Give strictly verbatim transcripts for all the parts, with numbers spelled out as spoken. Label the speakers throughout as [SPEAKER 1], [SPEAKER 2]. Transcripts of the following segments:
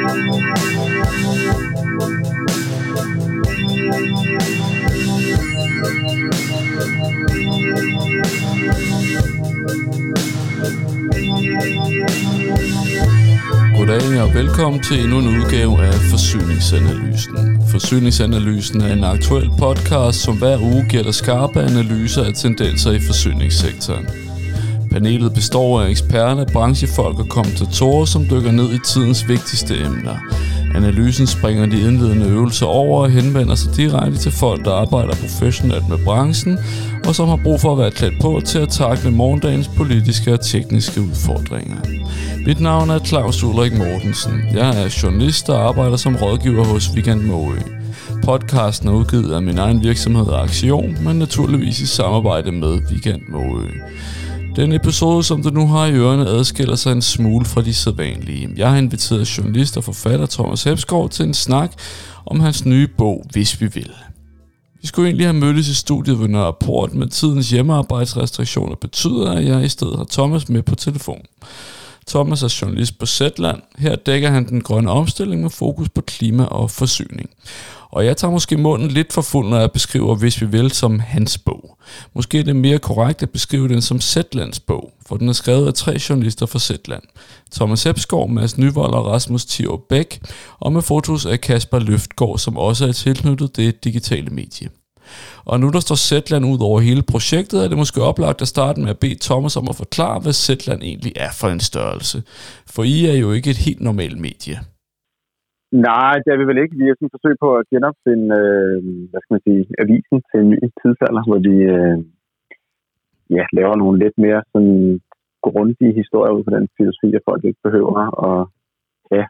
[SPEAKER 1] Goddag og velkommen til endnu en udgave af Forsyningsanalysen. Forsyningsanalysen er en aktuel podcast, som hver uge giver dig skarpe analyser af tendenser i forsyningssektoren. Panelet består af eksperter, branchefolk og kommentatorer, som dykker ned i tidens vigtigste emner. Analysen springer de indledende øvelser over og henvender sig direkte til folk, der arbejder professionelt med branchen, og som har brug for at være klædt på til at tackle morgendagens politiske og tekniske udfordringer. Mit navn er Claus Ulrik Mortensen. Jeg er journalist og arbejder som rådgiver hos Weekend Måge. Podcasten er udgivet af min egen virksomhed Aktion, men naturligvis i samarbejde med Weekend Måge. Den episode, som du nu har i ørerne, adskiller sig en smule fra de sædvanlige. Jeg har inviteret journalist og forfatter Thomas Hepsgaard til en snak om hans nye bog, Hvis vi vil. Vi skulle egentlig have mødtes i studiet ved Nørreport, men tidens hjemmearbejdsrestriktioner betyder, at jeg i stedet har Thomas med på telefon. Thomas er journalist på Zetland. Her dækker han den grønne omstilling med fokus på klima og forsyning. Og jeg tager måske munden lidt for fuld, når jeg beskriver Hvis vi vil som hans bog. Måske er det mere korrekt at beskrive den som Zetlands bog, for den er skrevet af tre journalister fra Zetland. Thomas Hepsgaard, Mads Nyvold og Rasmus Thiaw Bæk, og med fotos af Kasper Løftgaard, som også er tilknyttet det digitale medie. Og nu der står Zetland ud over hele projektet, er det måske oplagt at starte med at bede Thomas om at forklare, hvad Zetland egentlig er for en størrelse. For I er jo ikke et helt normalt medie.
[SPEAKER 2] Nej, det er vi vel ikke. Vi er sådan et forsøg på at genopfinde, øh, hvad skal man sige, avisen til en ny tidsalder, hvor vi øh, ja, laver nogle lidt mere sådan grundige historier ud fra den filosofi, at folk ikke behøver at ja,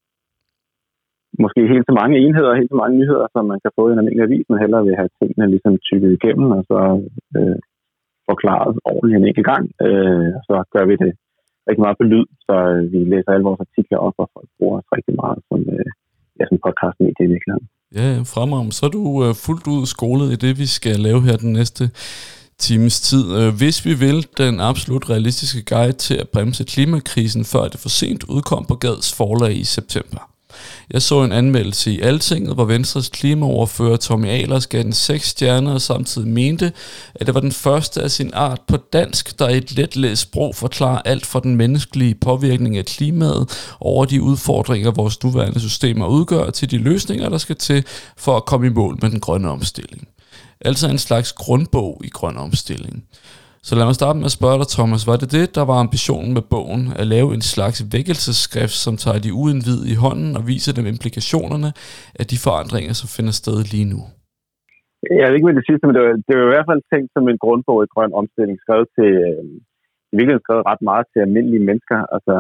[SPEAKER 2] måske helt så mange enheder, helt så mange nyheder, som man kan få i en almindelig avis, men hellere vil have tingene ligesom tykket igennem, og så øh, forklaret ordentligt en enkelt gang. Øh, og så gør vi det rigtig meget på lyd, så vi læser alle vores artikler op, og folk bruger os rigtig meget som, øh, ja, som podcast-medie i virkeligheden.
[SPEAKER 1] Ja, fremragende. Så er du øh, fuldt ud skolet i det, vi skal lave her den næste times tid. Hvis vi vil, den absolut realistiske guide til at bremse klimakrisen, før det for sent udkom på Gads forlag i september. Jeg så en anmeldelse i Altinget, hvor Venstres klimaordfører Tommy Ahlers gav den seks stjerner og samtidig mente, at det var den første af sin art på dansk, der i et letlæst sprog forklarer alt fra den menneskelige påvirkning af klimaet over de udfordringer, vores nuværende systemer udgør, til de løsninger, der skal til for at komme i mål med den grønne omstilling. Altså en slags grundbog i grøn omstilling. Så lad mig starte med at spørge dig, Thomas, var det det, der var ambitionen med bogen, at lave en slags vækkelsesskrift, som tager de uindvidede i hånden og viser dem implikationerne af de forandringer, som finder sted lige nu?
[SPEAKER 2] Jeg ved ikke med det sidste, men det var, det var i hvert fald tænkt som en grundbog i grøn omstilling, skrevet til, øh, i virkeligheden skrevet ret meget til almindelige mennesker. Altså,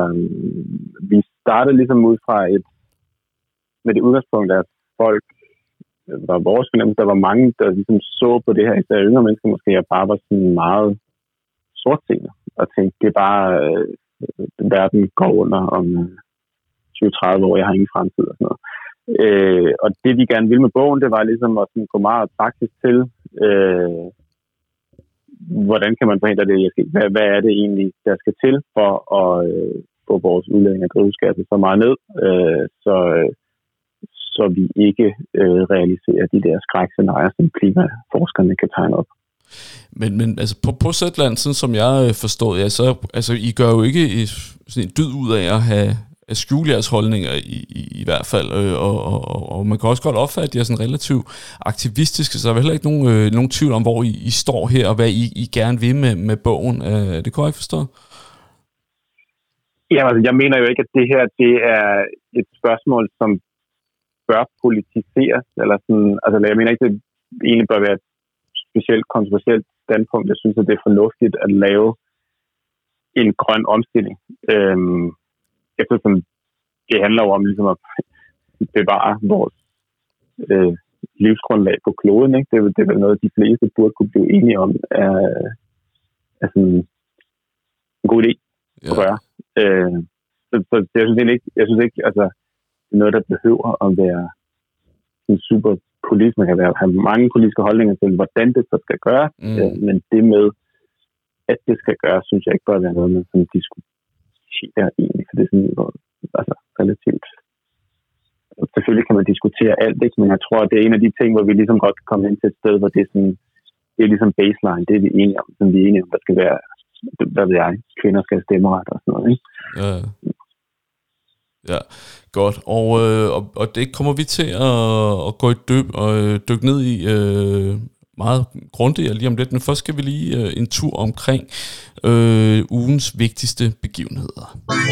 [SPEAKER 2] vi startede ligesom ud fra et, med det udgangspunkt, at folk, var vores fornemmelse, der var mange, der ligesom så på det her, især yngre mennesker måske, og bare var sådan meget sortseende, og tænkte, det er bare, øh, verden går under om tyve til tredive år, jeg har ingen fremtid og sådan noget. Øh, og det vi gerne ville med bogen, det var ligesom at sådan gå meget praktisk til, øh, hvordan kan man forhindre det, hvad, hvad er det egentlig, der skal til for at øh, få vores udledning af drivhusgasser så meget ned, øh, så, øh, så vi ikke øh, realiserer de der skrækscenarier, som klimaforskerne kan tegne op.
[SPEAKER 1] Men, men altså på, på Zetland, sådan som jeg forstår, ja, så altså, I gør jo ikke sådan en dyd ud af at have at skjule jeres holdninger i, i, i hvert fald, øh, og, og, og man kan også godt opfatte, at de er sådan relativt aktivistiske, så der er heller ikke nogen, øh, nogen tvivl om, hvor I, I står her, og hvad I, I gerne vil med, med bogen. Øh, det kunne jeg ikke forstå?
[SPEAKER 2] Ja, altså, jeg mener jo ikke, at det her det er et spørgsmål, som bør politiseres, eller sådan, altså jeg mener ikke, at det egentlig bør være et specielt kontroversielt standpunkt. Jeg synes, at det er fornuftigt at lave en grøn omstilling. Øhm, eftersom det handler jo om ligesom at bevare vores øh, livsgrundlag på kloden. Ikke? Det, er, det er vel noget, de fleste burde kunne blive enige om er, er sådan en god idé ja. At gøre. Øh, så, så jeg synes ikke, jeg synes ikke, altså det er noget, der behøver at være en super politisk. Man kan være, have mange politiske holdninger til, hvordan det så skal gøres, mm. øh, men det med, at det skal gøres, synes jeg ikke bør være noget, man sådan diskuterer egentlig, for det er sådan altså, relativt selvfølgelig kan man diskutere alt, ikke? Men jeg tror, at det er en af de ting, hvor vi ligesom godt kan komme ind til et sted, hvor det er sådan, det er ligesom baseline, det er vi enige om, som vi er enige om, der skal være, hvad ved jeg, kvinder skal have stemmeret og sådan noget, ikke?
[SPEAKER 1] Ja, ja, godt. Og, øh, og, og det kommer vi til at, at gå i dyb og dykke ned i øh, meget grundigt lige om lidt, men først skal vi lige øh, en tur omkring øh, ugens vigtigste begivenheder.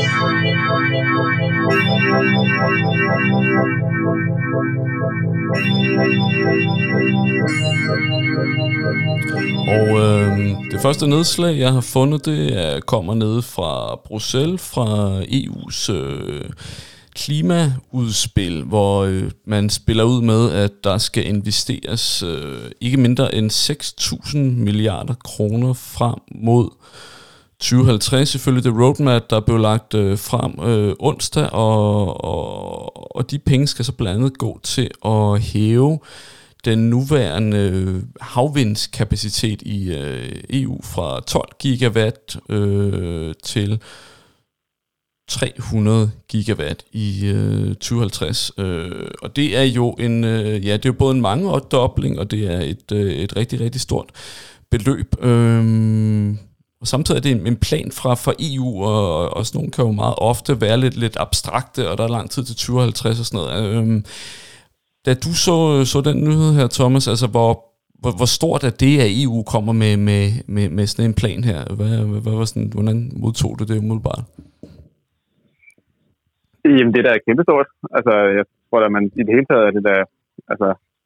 [SPEAKER 1] Og øh, det første nedslag, jeg har fundet, det er, kommer ned fra Bruxelles, fra E U's øh, klimaudspil, hvor øh, man spiller ud med, at der skal investeres øh, ikke mindre end seks tusind milliarder kroner frem mod tyve halvtreds, selvfølgelig det roadmap, der blev lagt øh, frem øh, onsdag, og, og, og de penge skal så blandt andet gå til at hæve den nuværende øh, havvindskapacitet i øh, E U fra tolv gigawatt øh, til tre hundrede gigawatt i øh, tyve halvtreds. Øh, og det er jo en, øh, ja, det er jo både en mangeårdobling, og det er et, øh, et rigtig, rigtig stort beløb. Øh, og samtidig er det en, en plan fra, fra E U, og, og sådan nogle kan jo meget ofte være lidt, lidt abstrakte, og der er lang tid til tyve halvtreds og sådan noget. Øh, Da du så, så den nyhed her, Thomas, altså hvor, hvor, hvor stort er det, at E U kommer med, med, med, med sådan en plan her? Hvad, hvad var sådan, hvordan modtog du det umiddelbart?
[SPEAKER 2] Jamen, det der er kæmpestort. Altså, jeg tror, at man i det hele taget er det der, altså,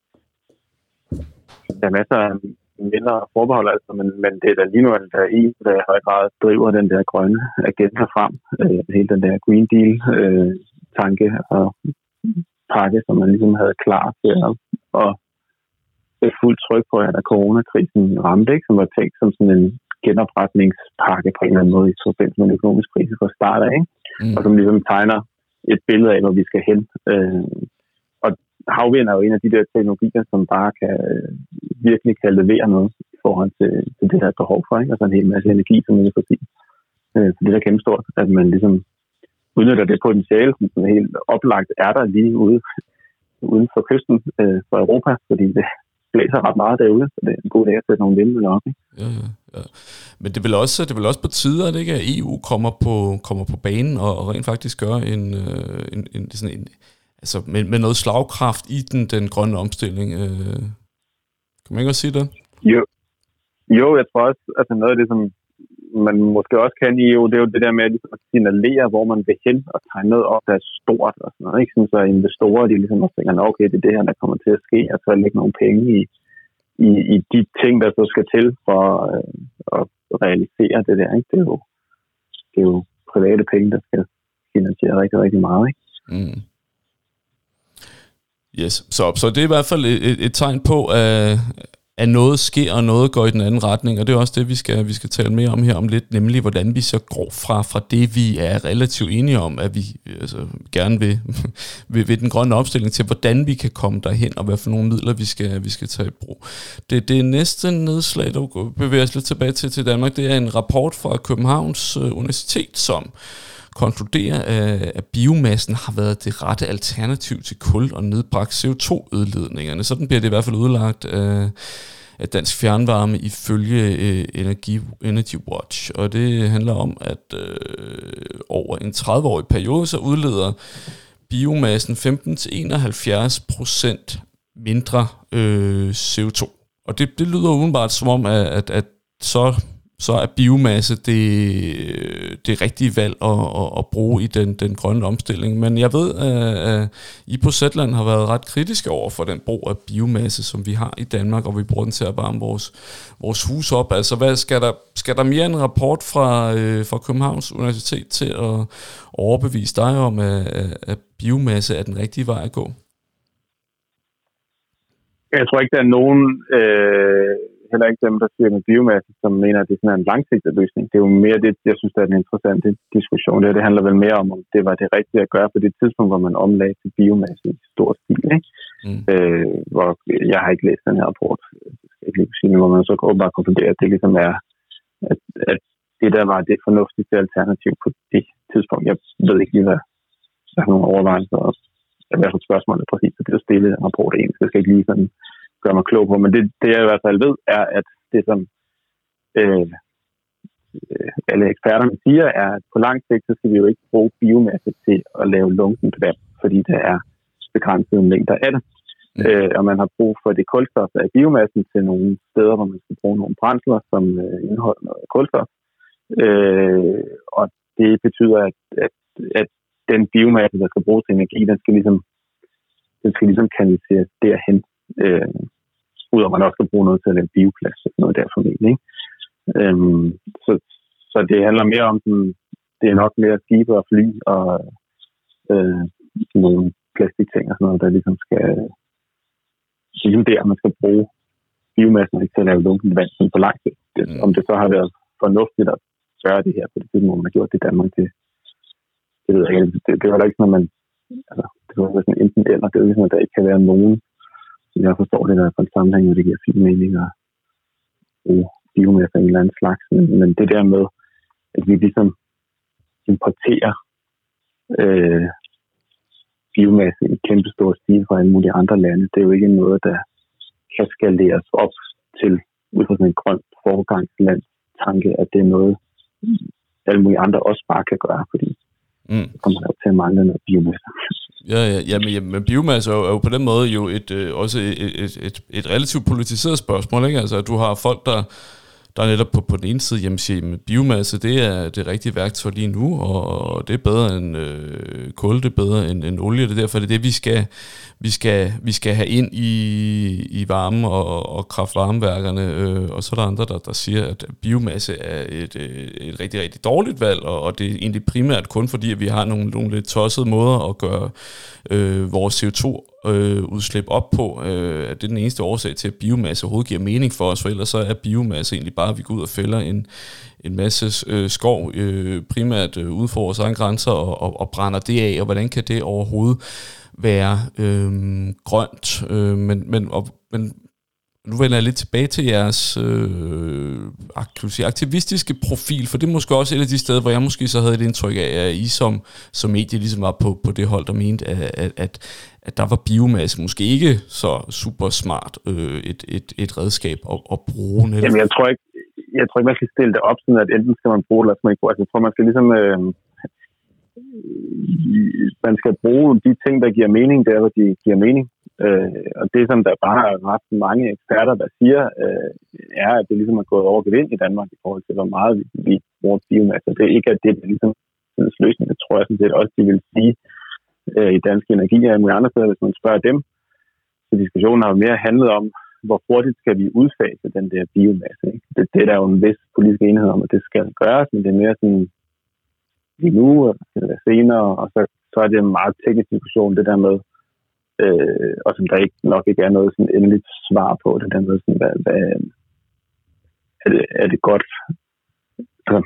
[SPEAKER 2] der er masser af mindre forbehold, altså, men, men det er da lige nu, at der E U, der i høj grad driver den der grønne agenda frem. Øh, hele den der Green Deal-tanke øh, og pakke, som man ligesom havde klar til at, at sætte fuldt tryk på, at coronakrisen ramte, ikke? Som var tænkt som sådan en genopretningspakke på en eller anden måde i forbindelse med en økonomisk krise fra start af, ikke? Mm. Og som ligesom tegner et billede af, hvor vi skal hen. Øh, og havvind er jo en af de der teknologier, som bare kan virkelig kan levere noget i forhold til, til det, der er behov for, ikke? Altså en hel masse energi, som man kan få sige. Øh, så det er kæmpe stort, at man ligesom udnytter det potentiale, som helt oplagt er der lige ude uden for kysten øh, for Europa, fordi det blæser ret meget derude, så det er en god dag at sætte nogle vindmøller op. Ikke?
[SPEAKER 1] Ja, ja, ja. Men det vil også, det vil også på tider, at, ikke, at E U kommer på, kommer på banen og, og rent faktisk gør en, en, en, sådan en altså med, med noget slagkraft i den, den grønne omstilling. Øh. Kan man ikke også sige det?
[SPEAKER 2] Jo, jo jeg tror også, altså noget af det, som man måske også kan i E U, det er jo det der med at ligesom signalere, hvor man vil hen og tegne noget op, der er stort og sådan noget. Ikke? Sådan, så investorer, de ligesom også tænker, okay, det er det her, der kommer til at ske, og så lægge nogle penge i, i, i de ting, der så skal til for øh, at realisere det der. Ikke? Det, er jo, det er jo private penge, der skal finansiere rigtig, rigtig meget. Ikke?
[SPEAKER 1] Mm. Yes, så, så det er i hvert fald et, et, et tegn på, at at noget sker, og noget går i den anden retning, og det er også det, vi skal, vi skal tale mere om her om lidt, nemlig hvordan vi så går fra, fra det, vi er relativt enige om, at vi altså, gerne vil, vil, vil den grønne opstilling, til hvordan vi kan komme derhen, og hvad for nogle midler, vi skal, vi skal tage i brug. Det, det næste nedslag, der bevæger os lidt tilbage til, til Danmark, det er en rapport fra Københavns Universitet, som konkluderer, at biomassen har været det rette alternativ til kul og nedbragt C O to udledningerne. Sådan bliver det i hvert fald udlagt af, af Dansk Fjernvarme ifølge Energy, Energy Watch. Og det handler om, at øh, over en tredive-årig periode, så udleder biomassen femten til enoghalvfjerds procent mindre øh, C O to. Og det, det lyder udenbart som om, at, at, at så så er biomasse det, det rigtige valg at, at, at bruge i den, den grønne omstilling. Men jeg ved, at I på Zetland har været ret kritiske over for den brug af biomasse, som vi har i Danmark, og vi bruger den til at varme vores, vores hus op. Altså, hvad, skal, der, skal der mere en rapport fra, fra Københavns Universitet til at overbevise dig om, at, at biomasse er den rigtige vej at gå?
[SPEAKER 2] Jeg tror ikke, der er nogen... Øh heller ikke dem, der siger med biomasse, som mener, at det er sådan en langsigtet løsning. Det er jo mere det, jeg synes, der er en interessant diskussion. Det, det handler vel mere om, om det var det rigtige at gøre på det tidspunkt, hvor man omlagde til biomasse i stor stil. Ikke? Mm. Øh, hvor jeg har ikke læst den her rapport, jeg skal ikke lige sige, hvor man så åbenbart konkluderer, at det ligesom er, at, at det der var det fornuftigste alternativ på det tidspunkt. Jeg ved ikke lige, hvad der er nogle overvejelser i hvert fald spørgsmålet præcis, så det er stille en rapport egentlig. Det skal ikke lige sådan gøre mig klog på, men det, det jeg i hvert fald ved, er, at det som øh, alle eksperterne siger, er, at på lang sigt, så skal vi jo ikke bruge biomasse til at lave lunkent vand, fordi der er begrænsede mængder af det. Mm. Øh, og man har brug for det kulstof af biomassen til nogle steder, hvor man skal bruge nogle brændsler, som øh, indeholder noget kulstof. Øh, og det betyder, at, at, at den biomasse, der skal bruges til energi, den skal ligesom, den skal ligesom kanaliseres derhen. Øh, Udover at man også skal bruge noget til at lave bioplast og noget der formentlig. Ikke? Øhm, så, så det handler mere om, sådan, det er nok mere skibe og fly og øh, nogle plastikting og sådan noget, der ligesom skal, ligesom der, man skal bruge biomassen til at lave lunkent vand på lang sigt. Mm. Om det så har været fornuftigt at gøre det her på det tidspunkt, man har gjort det i Danmark, det, det ved jeg ikke. Det, det var da ikke sådan, at man, altså, det var sådan enten eller, det er jo ikke sådan, at der ikke kan være nogen. Jeg forstår det der på en sammenhæng, hvor det giver fin mening at bruge biomasse af en eller anden slags, men, men det der med, at vi ligesom importerer øh, biomasse i kæmpe stor stil fra alle mulige andre lande, det er jo ikke noget, der kan skaleres op til ud fra sådan en grøn foregangsland tanke, at det er noget, alle mulige andre også bare kan gøre, fordi mm. så kommer der jo til at mangle noget biomasse.
[SPEAKER 1] Ja, ja, ja, men, men biomasse er jo, er jo på den måde jo et, øh, også et, et, et, et relativt politiseret spørgsmål, ikke? Altså, du har folk, der, der er netop på, på den ene side, jamen siger, at biomasse, det er det rigtige værktøj lige nu, og det er bedre end øh, kul, det er bedre end, end olie, det er derfor, det er det, vi skal, vi skal, vi skal have ind i, i varme- og, og kraftvarmeværkerne, øh, og så er der andre, der, der siger, at biomasse er et, et rigtig, rigtig dårligt valg, og, og det er egentlig primært kun fordi, at vi har nogle, nogle lidt tossede måder at gøre øh, vores C O to Øh, udslip op på, øh, at det er den eneste årsag til, at biomasse overhovedet giver mening for os, for ellers så er biomasse egentlig bare, at vi går ud og fælder en, en masse øh, skov, øh, primært øh, ude for vores egen grænser, og, og, og brænder det af, og hvordan kan det overhovedet være øh, grønt? Øh, men, men, og, men nu vender jeg lidt tilbage til jeres øh, aktivistiske profil, for det er måske også et af de steder, hvor jeg måske så havde et indtryk af, at I som, som medie ligesom var på, på det hold, der mente, at, at, at der var biomasse måske ikke så super smart øh, et, et, et redskab at, at bruge. Netop.
[SPEAKER 2] Jamen jeg tror ikke, jeg tror ikke, man skal stille det op, sådan at enten skal man bruge det, eller skal man ikke bruge. Altså jeg tror, man skal ligesom... Øh, man skal bruge de ting, der giver mening, der hvor de giver mening. Øh, og det, som der bare er ret mange eksperter, der siger, øh, er, at det ligesom er gået over gevind i Danmark i forhold til, hvor meget vi, vi bruger biomasse. Det er ikke, at det er ligesom en løsning. Det tror jeg sådan set også, de vil sige øh, i Dansk Energi og i andre steder, hvis man spørger dem. Så diskussionen har jo mere handlet om, hvor hurtigt skal vi udfase den der biomasse. Ikke? Det, det er der jo en vis politisk enighed om, at det skal gøres, men det er mere sådan lige nu, eller senere, og så, så er det en meget teknisk diskussion, det der med, øh, og som der ikke nok ikke er noget sådan endeligt svar på, det der med, sådan, hvad, hvad, er, det, er det godt? Altså,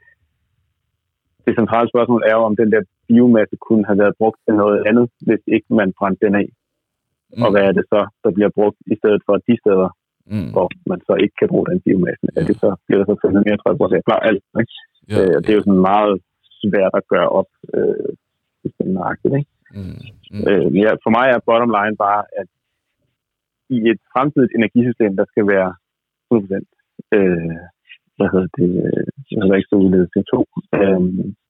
[SPEAKER 2] det centrale spørgsmål er jo, om den der biomasse kunne have været brugt til noget andet, hvis ikke man brændte den af. Mm. Og hvad er det så, der bliver brugt i stedet for de steder, mm. hvor man så ikke kan bruge den biomasse? Ja. Er det så, bliver der så fundet mere tryk på det? Klar, alt, ikke? Ja. Øh, det er jo sådan meget svært at gøre op, øh, hvis det er nøjagtigt, ikke? Mm. Mm. Øh, ja, for mig er bottom line bare, at i et fremtidigt energisystem, der skal være hundrede procent øh, hvad hedder det, jeg hedder ikke så udledet C O to, øh,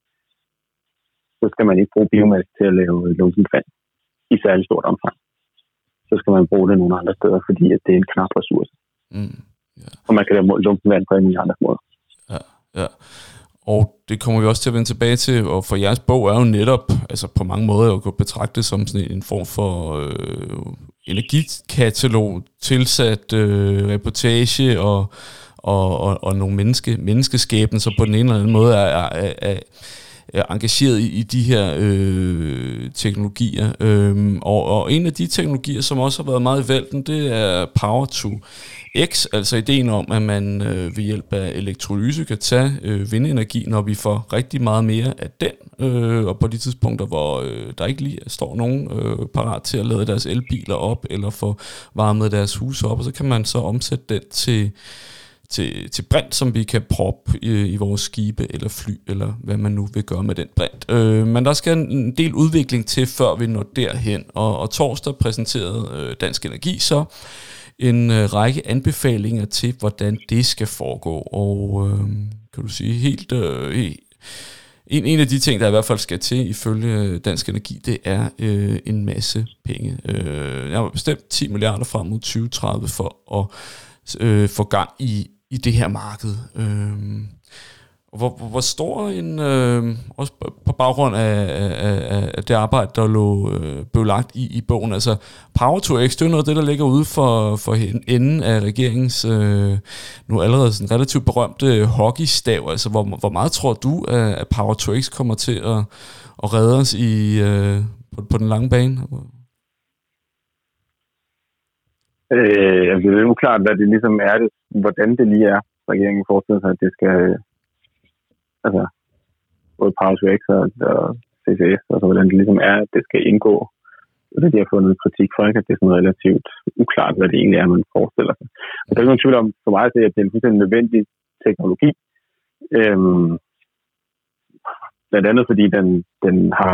[SPEAKER 2] så skal man ikke bruge biomasse til at lave lunkent vand i særlig stort omfang. Så skal man bruge det nogle andre steder, fordi at det er en knap ressource. Mm. Yeah. Og man kan lave lunkent vand på en andre måder.
[SPEAKER 1] Ja, ja. Og det kommer vi også til at vende tilbage til, og for jeres bog er jo netop, altså på mange måder jo betragtet som sådan en form for øh, energikatalog, tilsat øh, reportage og, og, og, og nogle menneske, menneskeskæbner, som på den ene eller anden måde er, er, er, er engageret i, i de her øh, teknologier. Øhm, og, og en af de teknologier, som også har været meget i vælten, det er Power to X, altså ideen om, at man øh, ved hjælp af elektrolyse kan tage øh, vindenergi, når vi får rigtig meget mere af den, øh, og på de tidspunkter, hvor øh, der ikke lige står nogen øh, parat til at lade deres elbiler op, eller få varmet deres hus op, og så kan man så omsætte den til, til, til brint, som vi kan proppe i, i vores skibe eller fly, eller hvad man nu vil gøre med den brint. Øh, men der skal en del udvikling til, før vi når derhen. Og, og torsdag præsenterede øh, Dansk Energi så en øh, række anbefalinger til, hvordan det skal foregå. Og øh, kan du sige, helt... Øh, helt En, en af de ting, der i hvert fald skal til ifølge Dansk Energi, det er øh, en masse penge. Øh, jeg har bestemt ti milliarder frem mod tyve tredive for at øh, få gang i, i det her marked. Øh, hvor, hvor stor en, øh, også på baggrund af, af, af det arbejde, der lå, øh, blev lagt i, i bogen, altså Power to X, det er noget af det, der ligger ude for, for enden af regeringens øh, nu allerede sådan relativt berømte hockeystav. Altså hvor, hvor meget tror du, at Power to X kommer til at, at redde os i, øh, på, på den lange bane?
[SPEAKER 2] Øh, altså, det er jo klart, hvad det ligesom er, det, hvordan det lige er, regeringen forestiller sig, at det skal... altså både Power to X og, og C C S, og så hvordan det ligesom er, at det skal indgå. Det de har fået noget kritik for, ikke? At det er sådan relativt uklart, hvad det egentlig er, man forestiller sig. Og der er ikke nogen tvivl om, for mig at se, at det er en fuldstændig nødvendig teknologi. Øhm, blandt andet fordi den, den har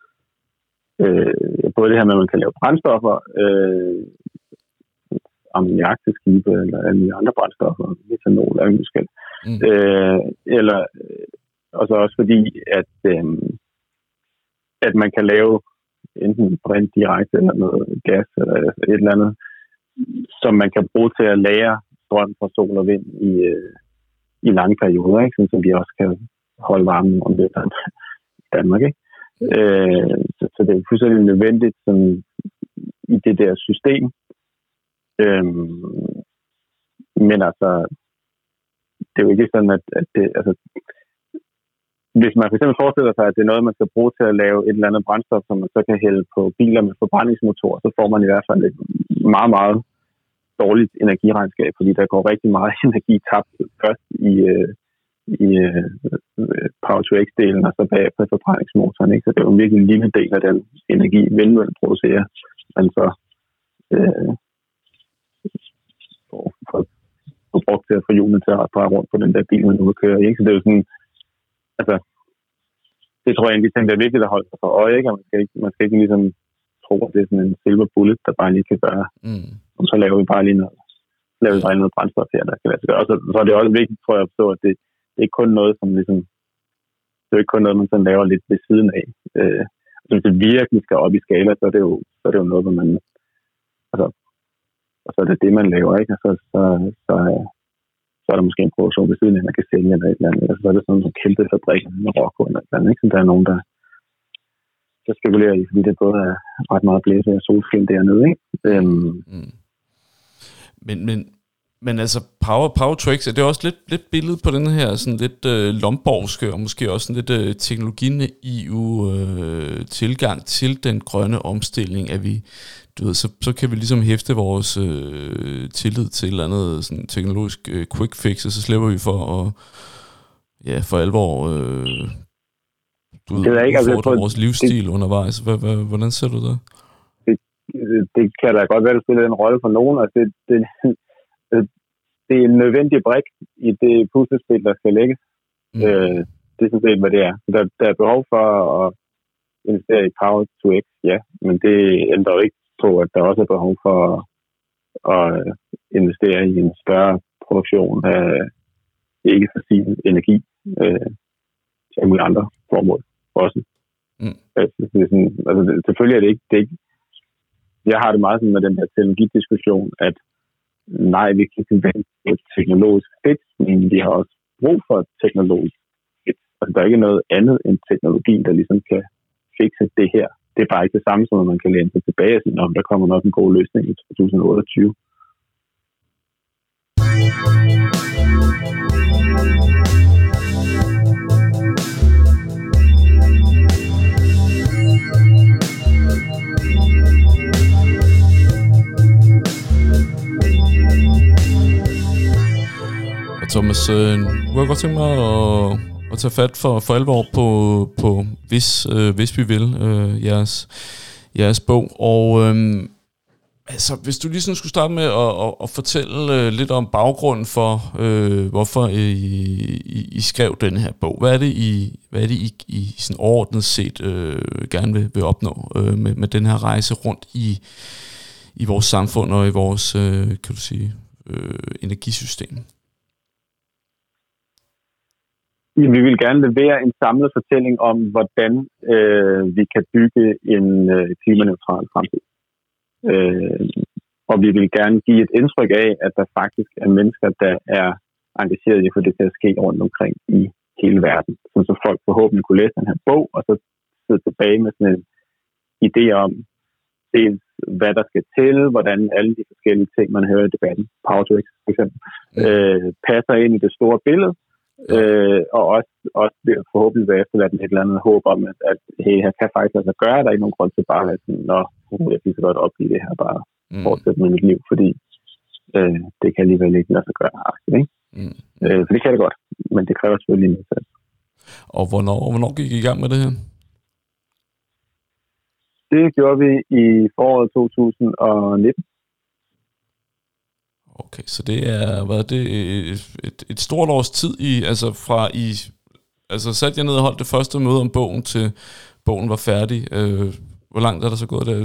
[SPEAKER 2] øh, både det her med, at man kan lave brændstoffer, øh, ammoniak til skibe, eller alle andre brændstoffer, metanol, eller muskel. Mm. Øh, eller, og så også fordi, at, øh, at man kan lave enten brint direkte, eller noget gas, eller et eller andet, som man kan bruge til at lagre strøm fra sol og vind i, øh, i lange perioder, ikke? Sådan, så vi også kan holde varmen om det i Danmark. Ikke? Øh, så, så det er fuldstændig nødvendigt sådan, i det der system. Øh, men altså, det er jo ikke sådan, at, at det, altså, hvis man for eksempel forestiller sig, at det er noget, man skal bruge til at lave et eller andet brændstof, som man så kan hælde på biler med forbrændingsmotorer, så får man i hvert fald et meget, meget dårligt energiregnskab, fordi der går rigtig meget energi tabt først i, øh, i øh, Power to X-delen, og så bag på forbrændingsmotoren. Ikke? Så det er jo en virkelig en lille del af den energi, vindmøllen producerer, man så øh, får, får, får brugt til at få hjulene til at dreje rundt på den der bil, man nu vil køre. Ikke? Så det er jo sådan, altså, det tror jeg egentlig, de ting, der er vigtigt at holde sig for øje, ikke? Og man skal ikke, man skal ikke ligesom tro, at det er sådan en silver bullet, der bare lige kan gøre. Mm. Og så laver vi bare lige noget, laver vi bare noget brændstof her, der kan lade sig gøre. Og så, så er det også vigtigt, tror jeg, at forstå, at det, det er ikke kun noget, som ligesom, det er ikke kun noget, man sådan laver lidt ved siden af. Øh, altså, hvis det virkelig skal op i skala, så er det jo, så er det jo noget, hvor man, altså, og så er det det, man laver, ikke? Og så, så, så, så er der måske en produktion ved siden af, man kan sælge eller et eller andet. Og så er det sådan nogle kæmpe fabrikker med Marokko eller et eller andet, ikke? Så der er nogen, der, der spekulerer i, fordi det både er ret meget blæse og solskin dernede, ikke? Øhm.
[SPEAKER 1] Mm. Men, men, men altså, Power, Power to X, er det også lidt, lidt billede på den her sådan lidt øh, lomborgske og måske også sådan lidt øh, teknologinaive øh, tilgang til den grønne omstilling, at vi, du ved, så, så kan vi ligesom hæfte vores øh, tillid til et eller andet sådan teknologisk øh, quick fix, og så slipper vi for at, ja, for alvor øh, du ved, det er ikke, udfordre altså, vores livsstil det, undervejs. H- h- hvordan ser du det?
[SPEAKER 2] Det, det kan da godt være, at det spiller en rolle for nogen, og det, det, det er en nødvendig brik i det puslespil, der skal lægges. Mm. Øh, det er sådan set, hvad det er. Der, der er behov for at investere i Power to X, ja, men det ændrer jo ikke på, at der også er behov for at investere i en større produktion af ikke-fossil energi øh, til alle andre formål også. Mm. Altså, det er sådan, altså, det, selvfølgelig er det ikke, det er ikke... Jeg har det meget sådan med den der teknologidiskussion, at nej, vi kan ikke vente på et teknologisk fix, men vi har også brug for et teknologisk fix. Altså, der er ikke noget andet end teknologi, der ligesom kan fikse det her. Det er bare ikke det samme, som at man kan læne sig tilbage og sige, om der kommer nok en god løsning i to tusind otteogtyve.
[SPEAKER 1] Thomas, øh, nu kan jeg godt tænke mig at, at tage fat for, for alvor på, på hvis, øh, hvis vi vil, øh, jeres, jeres bog. Og øh, Altså, hvis du ligesom skulle starte med at, at, at fortælle uh, lidt om baggrunden for, uh, hvorfor I, I, I skrev den her bog. Hvad er det, I, hvad er det, I, I sådan overordnet set uh, gerne vil, vil opnå uh, med, med den her rejse rundt i, i vores samfund og i vores, uh, kan du sige, uh, energisystem?
[SPEAKER 2] Ja, vi vil gerne levere en samlet fortælling om, hvordan øh, vi kan bygge en øh, klimaneutral fremtid. Øh, og vi vil gerne give et indtryk af, at der faktisk er mennesker, der er engageret i at få det til at ske rundt omkring i hele verden. Så folk forhåbentlig kunne læse den her bog, og så sidde tilbage med sådan en idé om, dels hvad der skal til, hvordan alle de forskellige ting, man hører i debatten, Power to X for eksempel, øh, passer ind i det store billede, øh, og også, også forhåbentlig være efterladt et eller andet håb om, at, at hey, her kan faktisk altså gøre, der er ikke nogen grund til bare at være sådan, nå, jeg kan så godt opgive det her, bare mm. fortsætte med mit liv, fordi øh, det kan alligevel ikke lade sig gøre. Ikke? Mm. Øh, for det kan det godt, men det kræver selvfølgelig en indsats.
[SPEAKER 1] Og hvornår, hvornår gik I i gang med det her?
[SPEAKER 2] Det gjorde vi i foråret to tusind nitten.
[SPEAKER 1] Okay, så det er, hvad er det, et, et stort års tid i, altså fra I, altså satte jeg ned og holdt det første møde om bogen til bogen var færdig. Øh, hvor langt er der så gået der?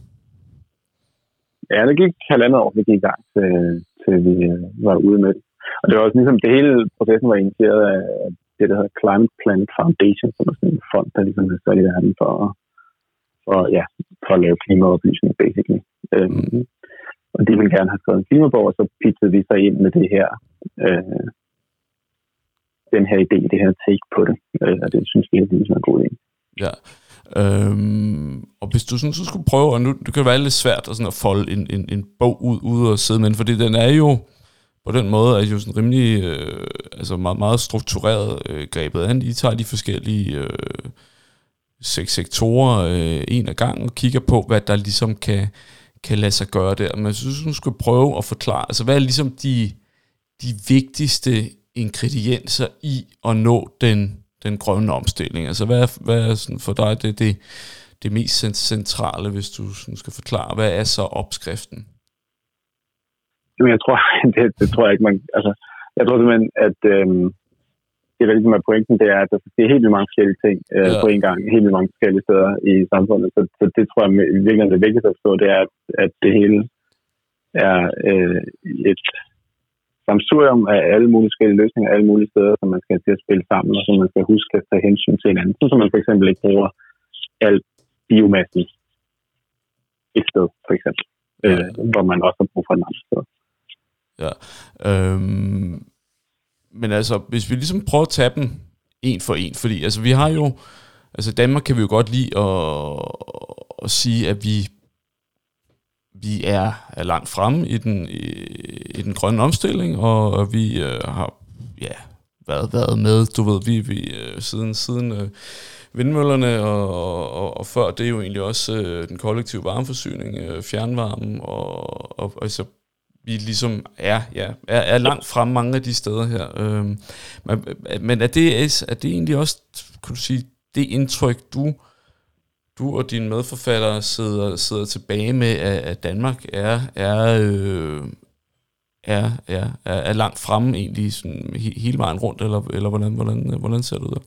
[SPEAKER 2] Ja, det gik halvandet år, vi gik i gang, til, til vi var ude med det. Og det var også ligesom, det hele processen var initieret af det, der hedder Climate Planet Foundation, som er sådan en fond, der ligesom er sat i verden for, for, ja, for at lave klimaoplysning, basically. Mm. Og de ville gerne have skrevet en klimabog, og så pitchede vi sig ind med det her, øh, den her idé, det her take på det. Øh, og det synes vi, det er en god idé.
[SPEAKER 1] Ja. Øhm, og hvis du sådan så skulle prøve, og nu det kan være lidt svært at, sådan at folde en, en, en bog ud, ud og sidde med, fordi den er jo på den måde er jo sådan rimelig øh, altså meget, meget struktureret øh, grebet an. I tager de forskellige øh, seks sektorer øh, en af gangen og kigger på, hvad der ligesom kan, kan lade sig gøre der. Men jeg synes, du skulle prøve at forklare, altså hvad er ligesom de, de vigtigste ingredienser i at nå den den grønne omstilling. Altså, hvad er, hvad er sådan for dig det, det, det mest centrale, hvis du sådan skal forklare? Hvad er så opskriften?
[SPEAKER 2] Jamen, jeg tror, det, det tror jeg ikke, man... Altså, jeg tror simpelthen, at øhm, det er ligesom, at pointen det er, at der er helt vildt mange forskellige ting øh, ja. på en gang, helt vildt mange forskellige steder i samfundet. Så, så det tror jeg virkelig, det vigtigste at forstå, det er, at, at det hele er øh, et samsurium af alle mulige forskellige løsninger, alle mulige steder, som man skal til at spille sammen, og som man skal huske at tage hensyn til hinanden, så man for eksempel ikke bruger al biomassen et sted, for eksempel, ja. øh, hvor man også har brug for en anden sted.
[SPEAKER 1] Ja, øhm, men altså, hvis vi ligesom prøver at tage dem en for en, fordi altså vi har jo, altså i Danmark kan vi jo godt lide at, at sige, at vi Vi er, er langt fremme i den, i, i den grønne omstilling, og, og vi øh, har ja, været, været med, du ved, vi, vi øh, siden, siden øh, vindmøllerne, og, og, og før det er jo egentlig også øh, den kollektive varmeforsyning, øh, fjernvarmen, og, og altså, vi ligesom er, ja, er, er langt fremme mange af de steder her. Øh, men men er, det, er det egentlig også, kan du sige, det indtryk, du Du og dine medforfattere sidder, sidder tilbage med, at Danmark er, er, øh, er, er, er langt fremme egentlig sådan he, hele vejen rundt, eller, eller hvordan, hvordan, hvordan ser det ud?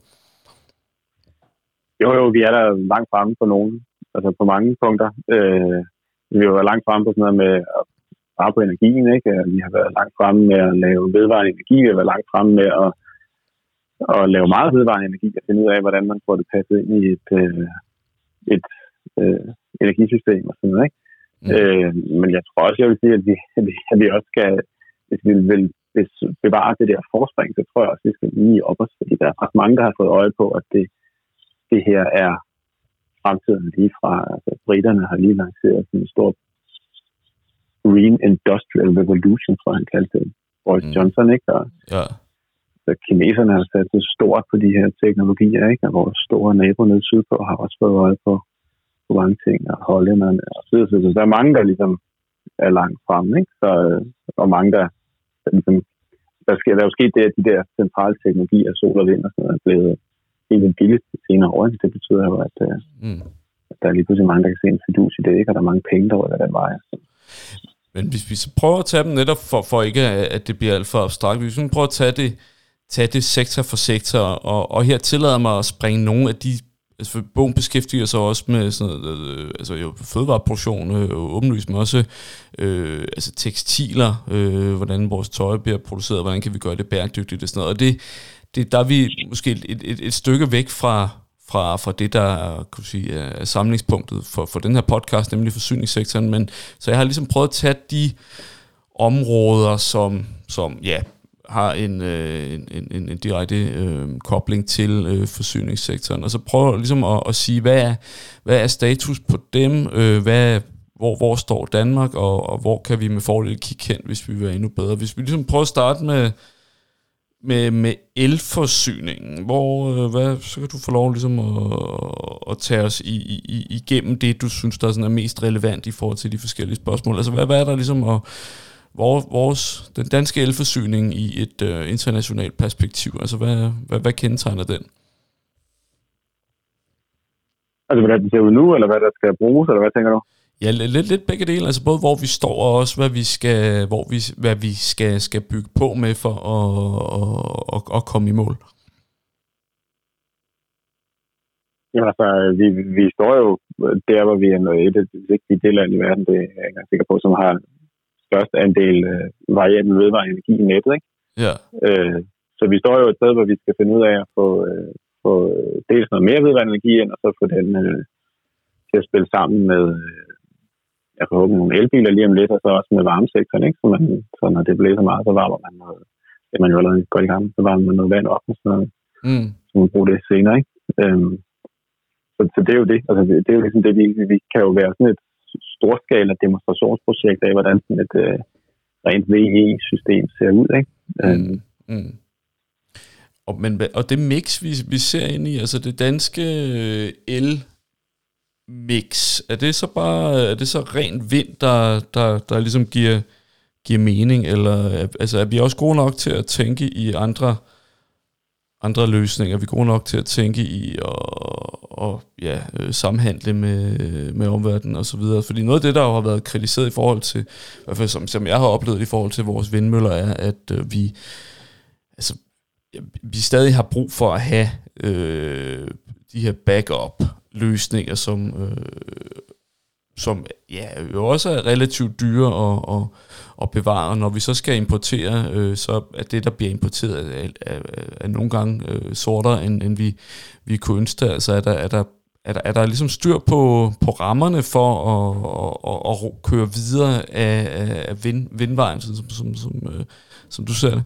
[SPEAKER 2] Jo, jo, vi er der langt fremme på nogen, altså på mange punkter. Øh, vi har været langt fremme på sådan noget med at spare på energien, ikke? Vi har været langt fremme med at lave vedvarende energi, vi har været langt fremme med at, at lave meget vedvarende energi, og finde ud af, hvordan man får det passet ind i et... Øh, et øh, energisystem og sådan noget, ikke? Mm. Øh, men jeg tror også, jeg vil sige, at vi, at vi også skal, hvis vi vil bevare det der forspring, så tror jeg også, at vi skal lige op os, fordi der er ret mange, der har fået øje på, at det, det her er fremtiden lige fra, altså briterne har lige lanceret sådan en stor Green Industrial Revolution, tror jeg, han kaldte det. Boris mm. Johnson, ikke? Og, ja. Så kineserne har sat så stort på de her teknologier, ikke? Og vores store nabo nede sydpå har også fået øje på, på mange ting, og hollænderne og så videre. Så der er mange, der ligesom er langt fremme, ikke? Så, og mange, der, der ligesom, der, sker, der er jo sket det, at de der centrale teknologier, sol og vind og sådan noget, er blevet helt billigt de senere år. Det betyder jo, at, mm. at der er lige pludselig mange, der kan se en fidus i det, ikke? Og der er mange penge, der rykker den vej.
[SPEAKER 1] Men hvis vi så prøver at tage dem netop for, for ikke, at det bliver alt for abstrakt, hvis vi prøver at tage det, tage det sektor for sektor, og, og her tillader mig at springe nogle af de, altså bogen beskæftiger sig også med sådan noget, øh, altså jo fødevareproduktion, øh, åbenlyst, men også øh, altså tekstiler, øh, hvordan vores tøj bliver produceret, hvordan kan vi gøre det bæredygtigt og sådan noget, og det, det der er vi måske et, et, et stykke væk fra, fra, fra det, der er, kan sige, er samlingspunktet for, for den her podcast, nemlig forsyningssektoren, men så jeg har ligesom prøvet at tage de områder, som, som ja, har en, øh, en, en, en direkte øh, kobling til øh, forsyningssektoren, og så prøver ligesom at, at sige, hvad er, hvad er status på dem, øh, hvad, hvor, hvor står Danmark, og, og hvor kan vi med fordel kigge hen, hvis vi vil være endnu bedre. Hvis vi ligesom prøver at starte med, med, med elforsyningen, hvor, øh, hvad, så kan du få lov ligesom at, at tage os i, i, igennem det, du synes, der sådan er mest relevant i forhold til de forskellige spørgsmål. Altså, hvad, hvad er der ligesom at vores, den danske elforsyning i et øh, internationalt perspektiv, altså hvad, hvad, hvad kendetegner den?
[SPEAKER 2] Altså hvordan det ser ud nu, eller hvad der skal bruges, eller hvad tænker du?
[SPEAKER 1] Ja, lidt, lidt begge dele, altså både hvor vi står og også hvad vi skal, hvor vi, hvad vi skal, skal bygge på med for at, at, at komme i mål.
[SPEAKER 2] Ja, altså vi, vi står jo der, hvor vi er et af de vigtige dele af verden, det er jeg ikke sikker på, som har største andel øh, variabel vedvarende energi i nettet, ikke?
[SPEAKER 1] Ja.
[SPEAKER 2] Øh, så vi står jo et sted, hvor vi skal finde ud af at få, øh, få dels noget mere vedvarende energi ind, og så få den øh, til at spille sammen med, øh, jeg kan håbe, nogle elbiler lige om lidt, og så også med varmesektoren, ikke? Så, man, så når det blæser meget, så varmer man noget, det er man jo allerede godt i gang, så varmer man noget vand op, og så,
[SPEAKER 1] mm.
[SPEAKER 2] så man bruger det senere, ikke? Øh, så, så det er jo det, altså det, det er jo ligesom det, vi, vi kan jo være sådan et storskala demonstrationsprojekt af, hvordan sådan et øh, rent V E-system ser ud, ikke?
[SPEAKER 1] Mm. Mm. Og, men, og det mix, vi, vi ser ind i, altså det danske el-mix, er det så bare, er det så ren vind, der, der, der ligesom giver, giver mening, eller altså, er vi også gode nok til at tænke i andre andre løsninger? Er vi gode nok til at tænke i og, og ja, samhandle med, med omverdenen og så videre? Fordi noget af det, der jo har været kritiseret i forhold til, i hvert fald som, som jeg har oplevet i forhold til vores vindmøller, er, at øh, vi, altså, vi stadig har brug for at have øh, de her backup-løsninger, som, øh, som ja, jo også er relativt dyre og, og og bevare, når vi så skal importere, øh, så er det, der bliver importeret, er, er, er nogle gange øh, sortere, end, end vi, vi kunne ønske. Altså er der, er, der, er, der, er der ligesom styr på, på rammerne for at, at, at, at køre videre af, af vind, vindvejen, som, som, som, øh, som du ser det?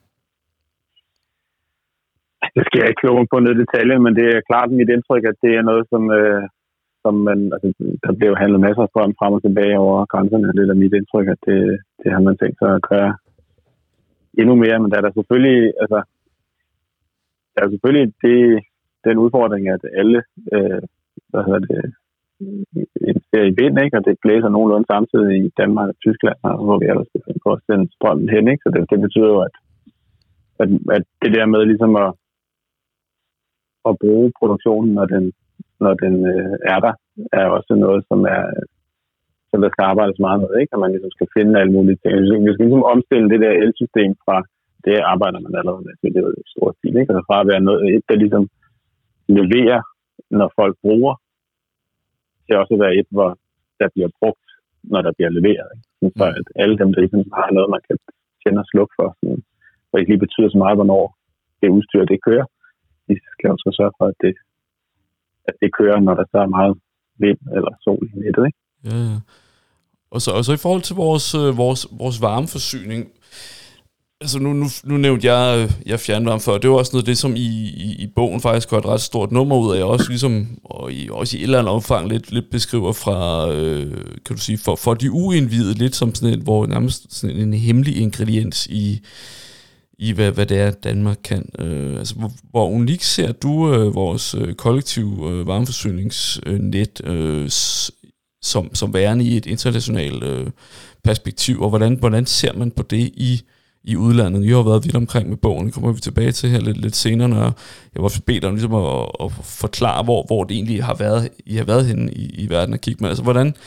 [SPEAKER 2] Det skal jeg ikke kloge på noget detalje, men det er klart mit indtryk, at det er noget, som... Øh som man, altså, der bliver jo handlet masser af strøm frem og tilbage over grænserne. Det er da mit indtryk, at det, det har man tænkt sig at gøre endnu mere. Men der er der selvfølgelig, altså, der er selvfølgelig det, den udfordring, at alle, øh, hvad hedder det, investerer i vind, ikke? Og det blæser nogenlunde samtidig i Danmark og Tyskland, altså, hvor vi ellers skal finde på at sende strømmen hen, ikke? Så det, det betyder jo, at, at, at det der med ligesom at, at bruge produktionen, når den når den øh, er der, er også noget, som er som der skal arbejdes meget med, ikke? Og man ligesom skal finde alle mulige ting. Vi skal ligesom omstille det der elsystem fra, det arbejder man allerede med, det er jo et stort stil, ikke? Altså fra at være noget, et, der ligesom leverer, når folk bruger, til også at være et, hvor der bliver brugt, når der bliver leveret, ikke? Så at alle dem, der ligesom har noget, man kan kende og slukke for, sådan, og ikke lige betyder så meget, hvornår det udstyr, det kører, de skal også sørge for, at det at det kører, når der så er meget vind eller sol i nettet, ikke?
[SPEAKER 1] Ja, ja. Og så, og så i forhold til vores, øh, vores, vores varmeforsyning, altså nu, nu, nu nævnte jeg, jeg fjernvarme før, det var også noget af det, som i, i, i bogen faktisk går et ret stort nummer ud af, også ligesom, og i, også i et eller andet omfang lidt, lidt beskriver fra, øh, kan du sige, for, for de uindvidede, lidt som sådan et, hvor nærmest sådan en hemmelig ingrediens i i hvad, hvad det er, Danmark kan. Øh, altså, hvor, hvor unikt ser du øh, vores øh, kollektive øh, varmeforsyningsnet øh, s- som, som værende i et internationalt øh, perspektiv, og hvordan, hvordan ser man på det i, i udlandet? I har været vidt omkring med bogen, det kommer vi tilbage til her lidt, lidt senere, når jeg var bedt dig ligesom at, at forklare, hvor, hvor det egentlig har været, I har været henne i, i verden og kigge med. Altså, hvordan,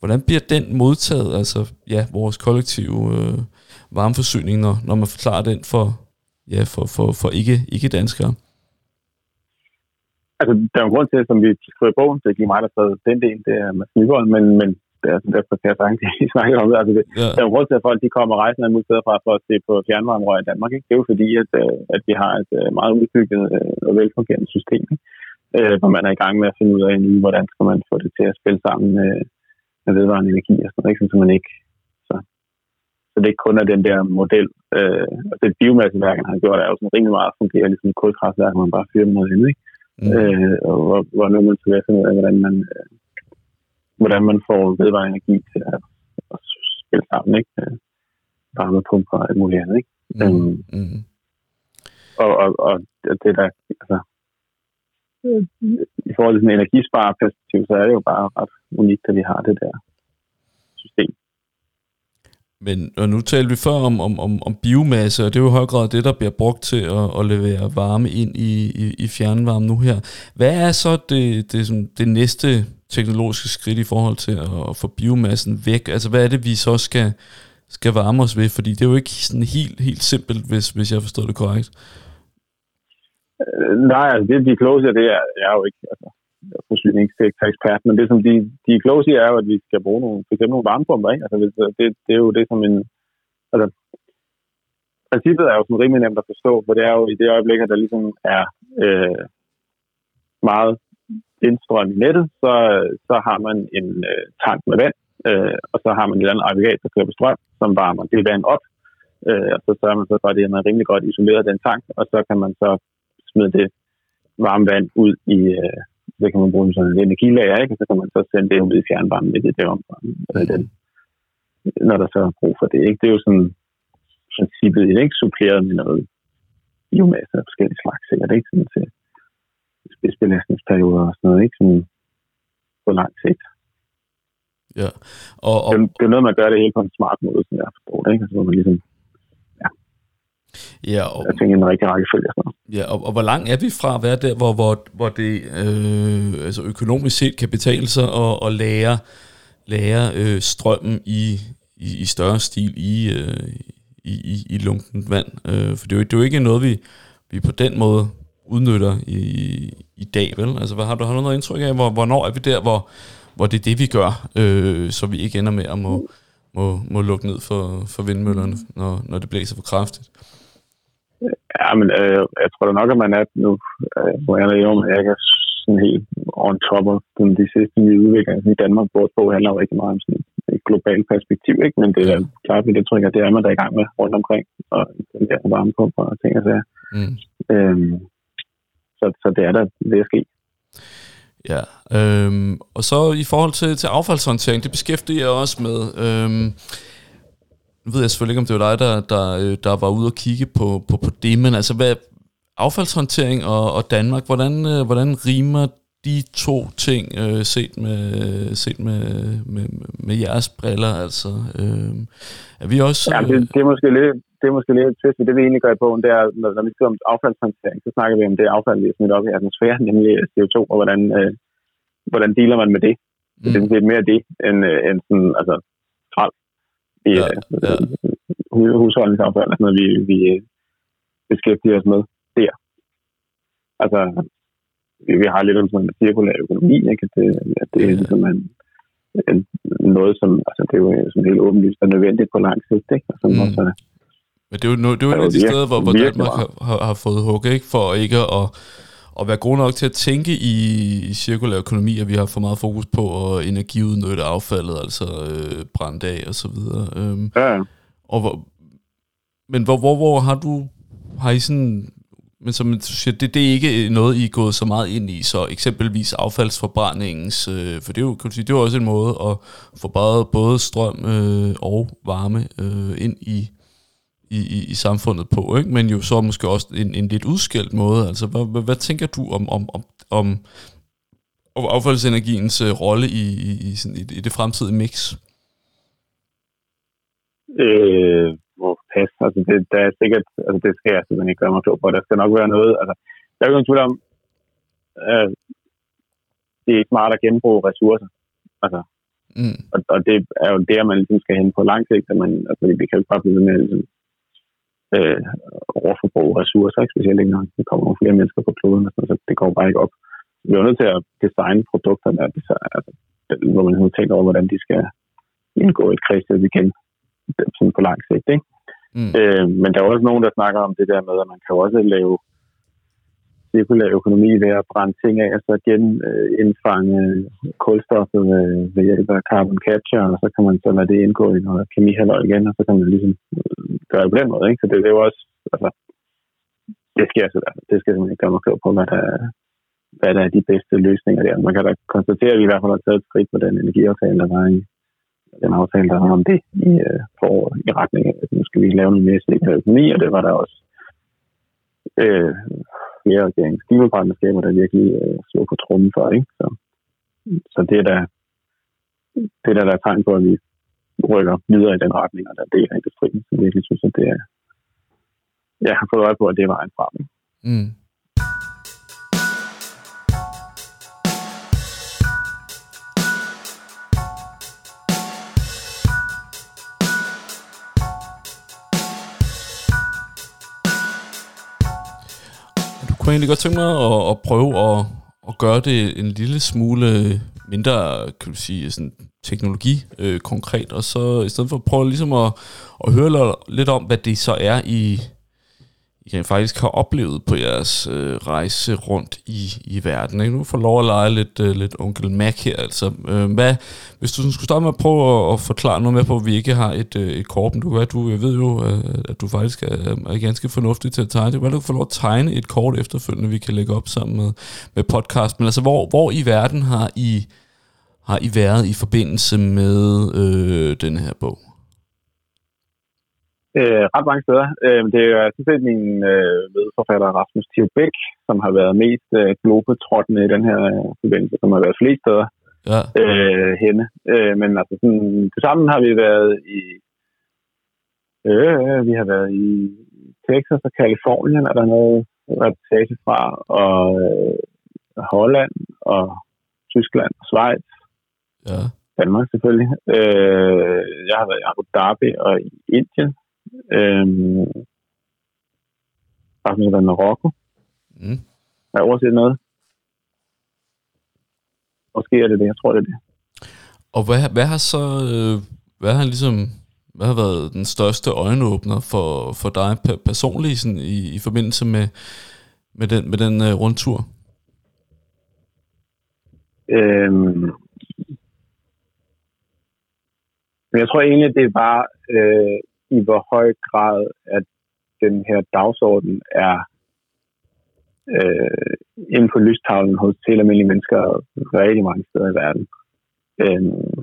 [SPEAKER 1] hvordan bliver den modtaget, altså ja, vores kollektive øh, varmeforsyning, når, når man forklarer den for, ja, for, for, for ikke, ikke danskere?
[SPEAKER 2] Altså, der er en grund til, som vi skriver i bogen, det er ikke mig, der har skrevet den del, det er Mads Nyvold, men, men det er, derfor kan jeg sagtens ikke snakke om det. Altså, det, ja. Der er en grund til, at folk de kommer rejsende mulige steder fra for at se på fjernvarmerør i Danmark. Ikke? Det er jo fordi, at, at vi har et meget udbygget og velfungerende system, ikke? Hvor man er i gang med at finde ud af nu, hvordan skal man få det til at spille sammen med, med vedvarende energi og sådan noget, ikke? Så man ikke så, så det ikke kun er den der model. Øh, det biomasseværken har gjort, er jo sådan rimelig meget fungerer, ligesom et kulkraftværk, hvor man bare fyrer med noget andet, ikke? Mm. Øh, og hvor, hvor nu man skal finde ud af, hvordan man, øh, hvordan man får vedvarende energi til at, at spille sammen, ikke? Varmepumper og alt muligt andet, ikke? Mm. Mm. Og, og, og det der, altså, i forhold til sådan en energispareperspektiv, så er det jo bare ret unikt, at vi har det der system.
[SPEAKER 1] Men og nu talte vi før om, om, om, om biomasse, og det er jo i høj grad det, der bliver brugt til at, at levere varme ind i, i, i fjernvarme nu her. Hvad er så det, det, sådan, det næste teknologiske skridt i forhold til at, at få biomassen væk? Altså hvad er det, vi så skal, skal varme os ved? Fordi det er jo ikke sådan helt, helt simpelt, hvis, hvis jeg forstår det korrekt.
[SPEAKER 2] Øh, nej, altså det de kloge siger, det er, jeg er jo ikke altså, forsyningsekspert, men det som de, de kloge siger er jo, at vi skal bruge nogle, for eksempel nogle varmepumper, ikke? Altså det, det er jo det som en, altså princippet er jo sådan rimelig nemt at forstå, for det er jo i det øjeblik, at der ligesom er øh, meget indstrøm i nettet, så, så har man en øh, tank med vand, øh, og så har man et eller andet aggregat, der kører på strøm, som varmer det vand op, øh, og så sørger man så for, at det er rimelig godt isoleret den tank, og så kan man så smide det varme vand ud i, øh, så kan man bruge sådan en energilager, ikke? Og så kan man så sende det ud i fjernvarmen i det der omfang, øh, når der så er brug for det, ikke? Det er jo sådan princippet, ikke? Suppleret med noget biomasse af forskellige slags, sikkert, ikke? Sådan til spidsbelastningsperioder og sådan noget, ikke? Sådan på lang sigt.
[SPEAKER 1] Ja. Og, og...
[SPEAKER 2] Det, det er noget, man gør det hele på en smart måde, som jeg forstår det, ikke? Altså, hvor man ligesom
[SPEAKER 1] Ja, og,
[SPEAKER 2] jeg tænker en rigtig rækkefølge.
[SPEAKER 1] Ja, og, og hvor langt er vi fra at være der, hvor, hvor, hvor det øh, altså økonomisk set kan betale sig at, at lære, lære øh, strømmen i, i, i større stil i, øh, i, i, i lunkent vand? Øh, for det er, jo, det er jo ikke noget, vi, vi på den måde udnytter i, i dag, vel? Altså, hvad, har, du, har du noget indtryk af, hvor, hvornår er vi der, hvor, hvor det er det, vi gør, øh, så vi ikke ender med at må, må, må lukke ned for, for vindmøllerne, når, når det blæser for kraftigt?
[SPEAKER 2] Ja, men øh, jeg tror da nok, at man er nu, øh, hvor jeg er om, at jeg er sådan helt on top of de sidste nye udviklinger i Danmark. Vores bog handler jo rigtig meget om sådan et globalt perspektiv, ikke? Men det er klart, at det tror jeg, at det er man der i gang med rundt omkring, og den der varmepumper og ting og sager. Mm. Øhm, så, så det er der ved at ske.
[SPEAKER 1] Ja, øhm, og så i forhold til, til affaldshåndtering, det beskæftiger jeg også med. Øhm, Nu ved jeg selvfølgelig ikke, om det var dig, der, der, der var ude og kigge på, på, på det, men altså, hvad affaldshåndtering og, og Danmark, hvordan, hvordan rimer de to ting øh, set, med, set med, med, med jeres briller? Altså, øh, er vi også...
[SPEAKER 2] Ja, det, det, er måske lidt, det er måske lidt tvist, det vi egentlig gør i bogen, det er, når, når vi skriver om affaldshåndtering, så snakker vi om det affald, vi har smidt op i atmosfæren, nemlig C O to, og hvordan, øh, hvordan dealer man med det. Mm. Det er lidt mere det, end, end sådan, altså, træl. I ja, ja. husholdningsaffald, altså noget, vi, vi beskæftiger os med der. Altså, vi, vi har lidt om sådan en cirkulær økonomi, ikke? Det, det er ligesom en, en, noget, som, altså det er jo som helt åbenlyst er nødvendigt på lang sigt, ikke? Altså, mm. også,
[SPEAKER 1] men det er jo, no, det er jo et af de steder, hvor, hvor Danmark har, har, har fået hug, ikke? For ikke at og være gode nok til at tænke i, i cirkulær økonomi, at vi har for meget fokus på at energiudnytte affaldet, altså øh, brænde af og så videre. Øhm,
[SPEAKER 2] ja.
[SPEAKER 1] Og hvor, men hvor, hvor, hvor har du, har I sådan, men som du siger, det, det er ikke noget, I er gået så meget ind i, så eksempelvis affaldsforbrændingens, øh, for det er jo, kan du sige, det er jo også en måde at få både, både strøm øh, og varme øh, ind i I, i, i samfundet på, ikke? Men jo så måske også en, en lidt udskældt måde. Altså, hvad, hvad, hvad tænker du om, om, om, om, om affaldsenergiens uh, rolle i, i, i, sådan, i, i det fremtidige mix?
[SPEAKER 2] Øh, hvor pas. Altså, det, der er sikkert, altså, det skal jeg simpelthen ikke gøre mig klog på. Der skal nok være noget, altså, der er jo ikke tvivl om, øh, det er ikke smart at genbruge ressourcer. Altså, Mm. Og, og det er jo der, man ligesom skal hen på lang sigt, at man, altså, vi kan jo ikke bare blive med ligesom, øh, overforbrug ressourcer, ikke? Specielt ikke, når der kommer nogle flere mennesker på kloden, så det går bare ikke op. Vi er nødt til at designe produkter, der, altså, hvor man nu tænker over, hvordan de skal indgå i et kredsløb igen, sådan på lang sigt, ikke? Mm. Øh, men der er også nogen, der snakker om det der med, at man kan også lave cirkulær økonomi ved at brænde ting af, og så igen øh, indfange kulstoffet ved, ved hjælp af carbon capture, og så kan man så lade det indgå i noget kemihalløj igen, og så kan man ligesom gøre det på den måde, ikke? Så det, det er jo også, altså, det sker så der. Det skal man ikke gøre mig klog på, hvad der, hvad der er de bedste løsninger der. Man kan da konstatere, at vi i hvert fald har taget et skridt på den energiaftale, der var i den aftale, der var om det i øh, foråret, i retning af, at nu skal vi lave noget mere cirkulær økonomi, og det var der også øh, flere regeringens klimapartnerskaber, der virkelig øh, slog på trummen for, ikke? Så, så det er der, det er der, der er tegn på, at vi rykker videre i den retning, og der er del af industrien, som virkelig synes, at det er, jeg har fået øje på, at det var en frem. Mm.
[SPEAKER 1] Jeg kunne egentlig godt tænke mig at, at prøve at, at gøre det en lille smule mindre, kan du sige, sådan teknologi øh, konkret, og så i stedet for at prøve ligesom at, at høre lidt om, hvad det så er, I, I faktisk har oplevet på jeres øh, rejse rundt i, i verden. Ikke? Nu får lov at lege lidt, øh, lidt onkel Mac her. Altså, øh, hvad, hvis du skulle starte med at prøve at, at forklare noget med på, at vi ikke har et, øh, et kort, men du, hvad, du, jeg ved jo, øh, at du faktisk er, er ganske fornuftig til at tegne det. Hvad du får lov at tegne et kort efterfølgende, vi kan lægge op sammen med, med podcast. Men altså, hvor, hvor i verden har I, har I været i forbindelse med øh, den her bog?
[SPEAKER 2] Øh, ret mange steder. Øh, det er jo selvfølgelig min øh, medforfatter Rasmus Theo Bæk, som har været mest øh, globetrottende i den her øh, forbindelse, som har været flere steder ja. øh, henne. Øh, men altså sådan, sammen har vi været i øh, vi har været i Texas og Californien, er der noget reportage fra, og øh, Holland og Tyskland og Schweiz. Ja. Danmark selvfølgelig. Øh, jeg har været i Abu Dhabi og i Indien. Øhm, faktisk noget i Marokko. Mm. Har jeg overset noget? Måske er det det, jeg tror det er det.
[SPEAKER 1] Og hvad, hvad har så øh, hvad har ligesom hvad har været den største øjenåbner for, for dig personligt sådan, i, i forbindelse med, med den, med den øh, rundtur?
[SPEAKER 2] Øhm, men jeg tror egentlig, det er bare øh, i hvor høj grad, at den her dagsorden er øh, inde på lystavlen hos helt almindelige mennesker rigtig mange steder i verden. Øhm,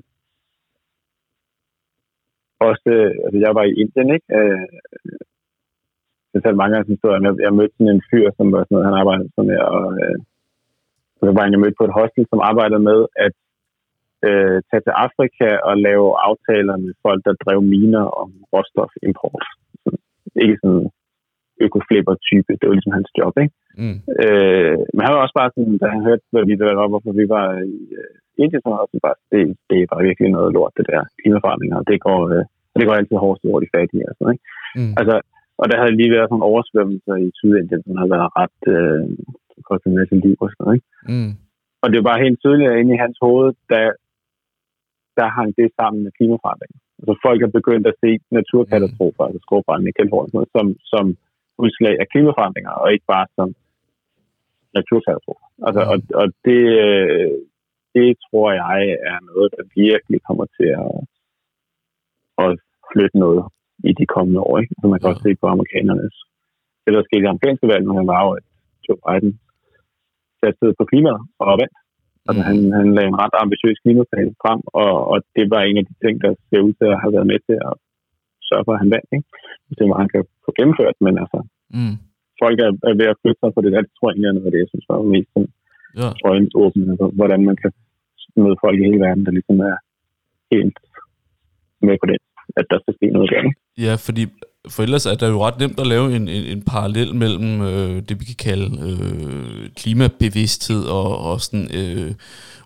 [SPEAKER 2] også, altså jeg var i Indien, ikke? Øh, jeg har mange af historier. Jeg, jeg mødte sådan en fyr, som var sådan noget, han arbejdede sådan med, og øh, så var jeg mødte på et hostel, som arbejdede med at Øh, tage til Afrika og lave aftaler med folk, der drev miner om råstofimport. Ikke sådan økoflipper-type, det var ligesom hans job, ikke? Mm. Øh, men han var også bare sådan, da han hørte, hvad vi der var, hvorfor vi var i uh, Indien, så var han bare, det, det er bare virkelig noget lort, det der klimaforandringer, og det går, øh, det går altid hårdest over de fattige og sådan noget, ikke? Mm. Altså, og der havde lige været sådan oversvømmelser i Sydindien, som havde været ret, øh, kostet en masse liv og sådan noget, ikke? Mm. Og det var bare helt tydeligt inde i hans hoved, da der hang det sammen med klimaforandringer. Altså folk er begyndt at se naturkatastrofer, mm. altså skovbranden i Californien, som, som udslag af klimaforandringer, og ikke bare som naturkatastrofer. Altså, mm. og, og det, det tror jeg er noget, der virkelig kommer til at, at flytte noget i de kommende år. Ikke? Altså man kan mm. også se på amerikanernes. Det der skete i det amerikanske valg, når han var jo, at Joe Biden satte på klimaet og vandt. Altså, han, han lagde en ret ambitiøs klimaplan frem, og, og det var en af de ting, der ser ud til at have været med til at sørge for, at han vandt. Ikke? Det var, han kan få gennemført, men altså, mm. folk er, er ved at flytte sig på det der. Det tror jeg egentlig er noget af det, jeg synes var mest ja. øjensåbende, altså, hvordan man kan møde folk i hele verden, der ligesom er helt med på det, at der skal ske noget der.
[SPEAKER 1] Ja, fordi for ellers er det jo ret nemt at lave en, en, en parallel mellem øh, det, vi kan kalde øh, klimabevidsthed og, og sådan, øh,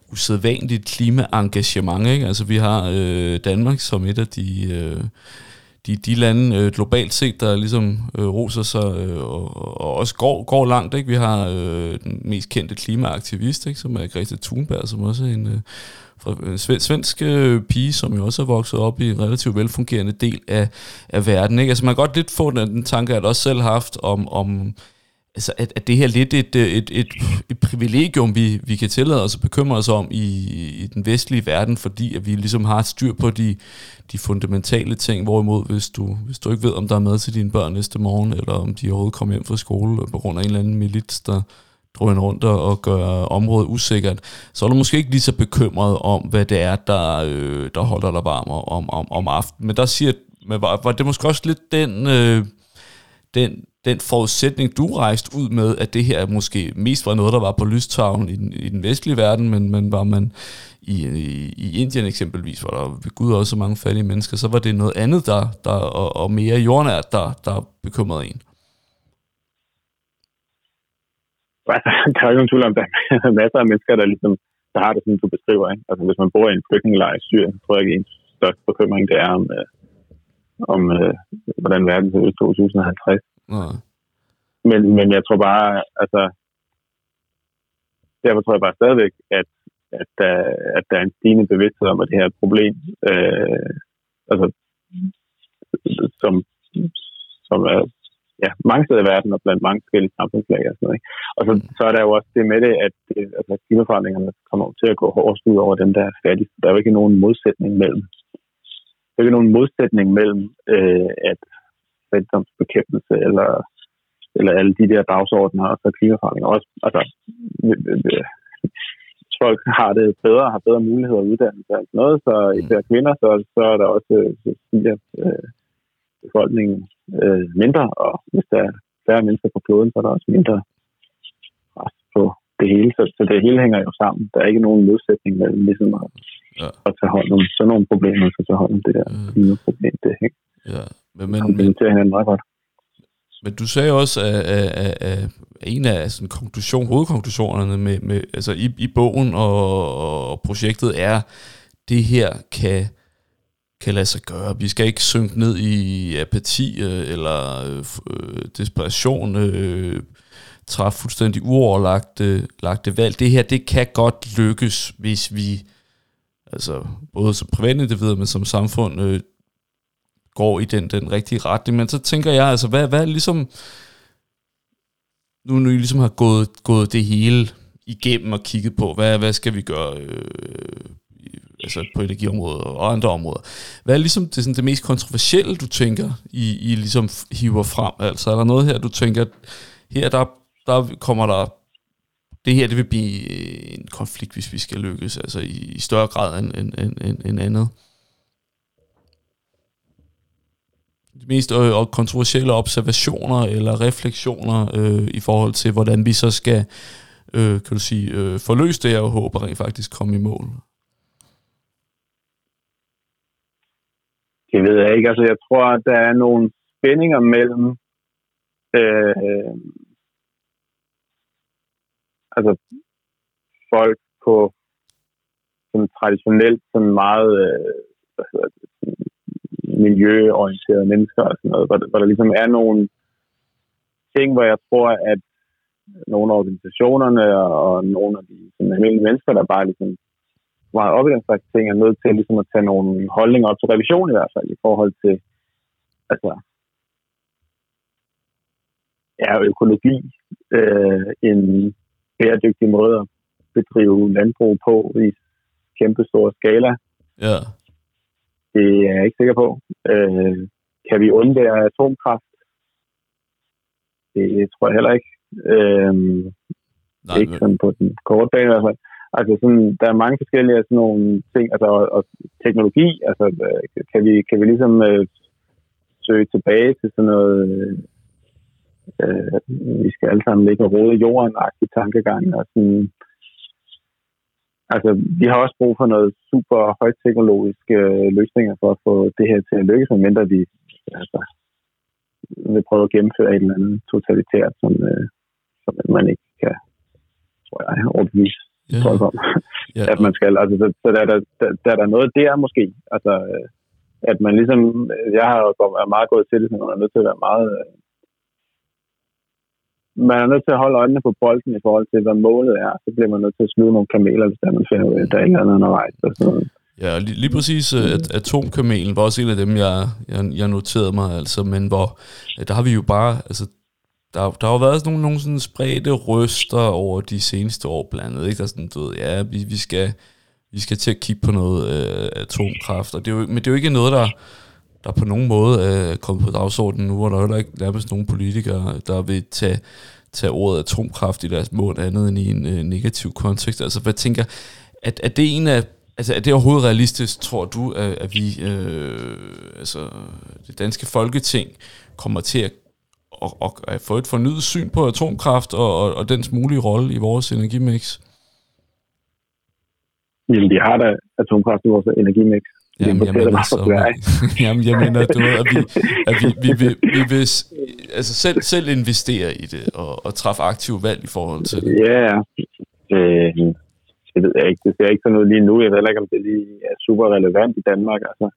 [SPEAKER 1] usædvanligt klimaengagement, ikke? Altså vi har øh, Danmark som et af de, øh, de, de lande øh, globalt set, der ligesom øh, roser sig øh, og, og også går, går langt, ikke? Vi har øh, den mest kendte klimaaktivist, ikke? Som er Greta Thunberg, som også er en, øh, fra, en svensk øh, pige, som jo også er vokset op i en relativt velfungerende del af, af verden, ikke? Altså man kan godt lidt få den, den tanke, jeg også selv har haft om, om altså, at, at det her lidt et, et, et, et privilegium, vi, vi kan tillade os at bekymre os om i, i den vestlige verden, fordi at vi ligesom har et styr på de, de fundamentale ting, hvorimod hvis du, hvis du ikke ved, om der er mad til dine børn næste morgen, eller om de overhovedet kommer hjem fra skole på grund af en eller anden milits, der drøner rundt og gør området usikkert, så er du måske ikke lige så bekymret om, hvad det er, der, øh, der holder dig varm om, om, om aftenen. Men der siger, men var, var det måske også lidt den... Øh, den den forudsætning, du rejste ud med, at det her måske mest var noget, der var på lystavlen i den, i den vestlige verden, men, men var man i, i, i Indien eksempelvis, hvor der ved Gud også så mange fattige mennesker, så var det noget andet, der, der og, og mere jordnært, der, der bekymrede en.
[SPEAKER 2] Altså, der er jo ikke tvivl om, der er masser af mennesker, der ligesom, der har det, som du beskriver, ikke? Altså, hvis man bor i en flygtningelejr i Syrien, så tror jeg ikke, ens største bekymring, det er om, øh, om øh, hvordan verden ser ud i to tusind og halvtreds.
[SPEAKER 1] Nej.
[SPEAKER 2] Men, men jeg tror bare, altså, derfor tror jeg bare stadigvæk, at, at, der, at der er en stigende bevidsthed om, at det her er et problem, øh, altså, som, som er ja, mange steder i verden og blandt mange forskellige samfundslag og sådan noget. Ikke? Og så, så er der jo også det med det, at det, altså, klimaforandringerne kommer til at gå hårdest ud over dem, der er fattige. Der er jo ikke nogen modsætning mellem, der er ikke nogen modsætning mellem, øh, at fattigdomsbekæmpelse eller, eller alle de der dagsordner og så klimaforandringer. Også, altså, folk har det bedre, har bedre muligheder at uddanne sig og sådan noget, så især kvinder, så, så er der også så stiger øh, befolkningen øh, mindre, og hvis der er færre mennesker på kloden, så er der også mindre pres på det hele. Så, så det hele hænger jo sammen. Der er ikke nogen modsætning mellem ligesom at, ja. at tage hånd om sådan nogle problemer, og så tage hånd om det der mm. problem. Det hænger. Ja.
[SPEAKER 1] Men, men, men,
[SPEAKER 2] hinanden meget godt.
[SPEAKER 1] Men du sagde også, at, at, at, at en af sådan, konklusion, hovedkonklusionerne med, med, altså i, i bogen og, og projektet er, det her kan, kan lade sig gøre. Vi skal ikke synke ned i apati eller øh, desperation, øh, træffe fuldstændig uoverlagte lagte valg. Det her, det kan godt lykkes, hvis vi, altså både som privatindivider, men som samfund, øh, går i den, den rigtige retning. Men så tænker jeg, altså, hvad, hvad er ligesom, nu når I ligesom har gået, gået det hele igennem og kigget på, hvad, hvad skal vi gøre øh, altså på energiområdet og andre områder. Hvad er ligesom det, sådan, det mest kontroversielle, du tænker, I, I ligesom hiver frem? Altså, er der noget her, du tænker, at her der, der kommer der, det her, det vil blive en konflikt, hvis vi skal lykkes, altså i, i større grad end, end, end, end andet? De mest øh, kontroversielle observationer eller refleksioner øh, i forhold til, hvordan vi så skal øh, kan du sige, øh, forløse det, og håber rent faktisk komme i mål?
[SPEAKER 2] Det ved jeg ikke. Altså, jeg tror, at der er nogle spændinger mellem øh, altså folk på sådan traditionelt sådan meget øh, hvad hedder det, sådan, miljøorienterede mennesker og sådan noget, hvor der, hvor der ligesom er nogle ting, hvor jeg tror, at nogle af organisationerne og nogle af de sådan, almindelige mennesker, der bare ligesom meget op i den slags ting, er nødt til ligesom at tage nogle holdninger op til revision i hvert fald, i forhold til altså ja, økologi, øh, en bæredygtig måde at bedrive landbrug på i kæmpe store skala. Ja. Det er jeg ikke sikker på. Øh, kan vi undvære atomkraft? Det tror jeg heller ikke. Øh, Nej, ikke men... sådan på den korte bane i hvert fald. Altså sådan, der er mange forskellige sådan nogle ting, altså og, og teknologi, altså kan vi, kan vi ligesom øh, søge tilbage til sådan noget, øh, vi skal alle sammen ligge og rode i jorden-agtig tankegang, og sådan, altså vi har også brug for noget super højteknologiske øh, løsninger for at få det her til at lykkes, medmindre vi altså, vil prøve at gennemføre et eller andet totalitært, som, øh, som man ikke kan, tror jeg, overbevise ja. Tror jeg på, ja. At man skal. Altså, så, så der, der, der, der er der noget der måske. Altså, at man ligesom, jeg har jo meget gået til det, så man er nødt til at være meget, man er nødt til at holde øjnene på bolden i forhold til, hvad målet er. Så bliver man nødt til at sluge nogle kameler, hvis der man finder ud af, at der er ikke andet undervejs. Og sådan noget.
[SPEAKER 1] Ja, lige, lige præcis at atomkamelen var også en af dem, jeg, jeg, jeg noterede mig, altså, men hvor, der har vi jo bare, altså, der, der har jo været sådan nogle, nogle sådan spredte røster over de seneste år blandt andet, ikke? Der er sådan, du ved, ja, vi, vi skal, vi skal til at kigge på noget øh, atomkraft, og det er jo, men det er jo ikke noget, der, der på nogen måde er kommet på dagsordenen nu, og der er heller ikke nærmest nogen politikere, der vil tage, tage ordet atomkraft i deres mund andet end i en øh, negativ kontekst. Altså, hvad tænker, at, at det er en af, altså er det overhovedet realistisk, tror du, at, at vi, øh, altså det danske Folketing kommer til at, at, at, at få et fornyet syn på atomkraft og, og, og dens mulige rolle i vores energimix?
[SPEAKER 2] Jamen, de har da atomkraft i vores energimix.
[SPEAKER 1] Jamen, jeg mener, så, jamen, jeg mener du, at vi, at vi, vi, vil, vi vil altså selv, selv investere i det og, og træffe aktive valg i forhold til det.
[SPEAKER 2] Ja, yeah. øh, det ved jeg ikke. Det ser ikke sådan noget lige nu. Jeg ved heller ikke, om det lige er super relevant i Danmark. Altså,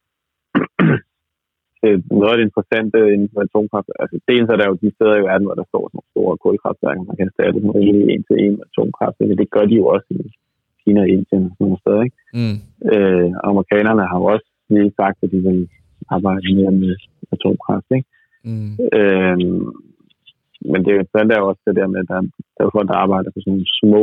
[SPEAKER 2] noget af det interessante inden for atomkraft, altså dels er der jo de steder i verden, hvor der står sådan nogle store kulkraftværker, man kan erstatte dem egentlig en til en med atomkraft. Det gør de jo også i Kina og Indien og sådan nogle steder, ikke? Mm. Øh, amerikanerne har jo også lige sagt, at de vil arbejde mere med atomkraft, ikke? Mm. Øh, men det er jo også det der med, at der, der er folk, der arbejder på sådan nogle små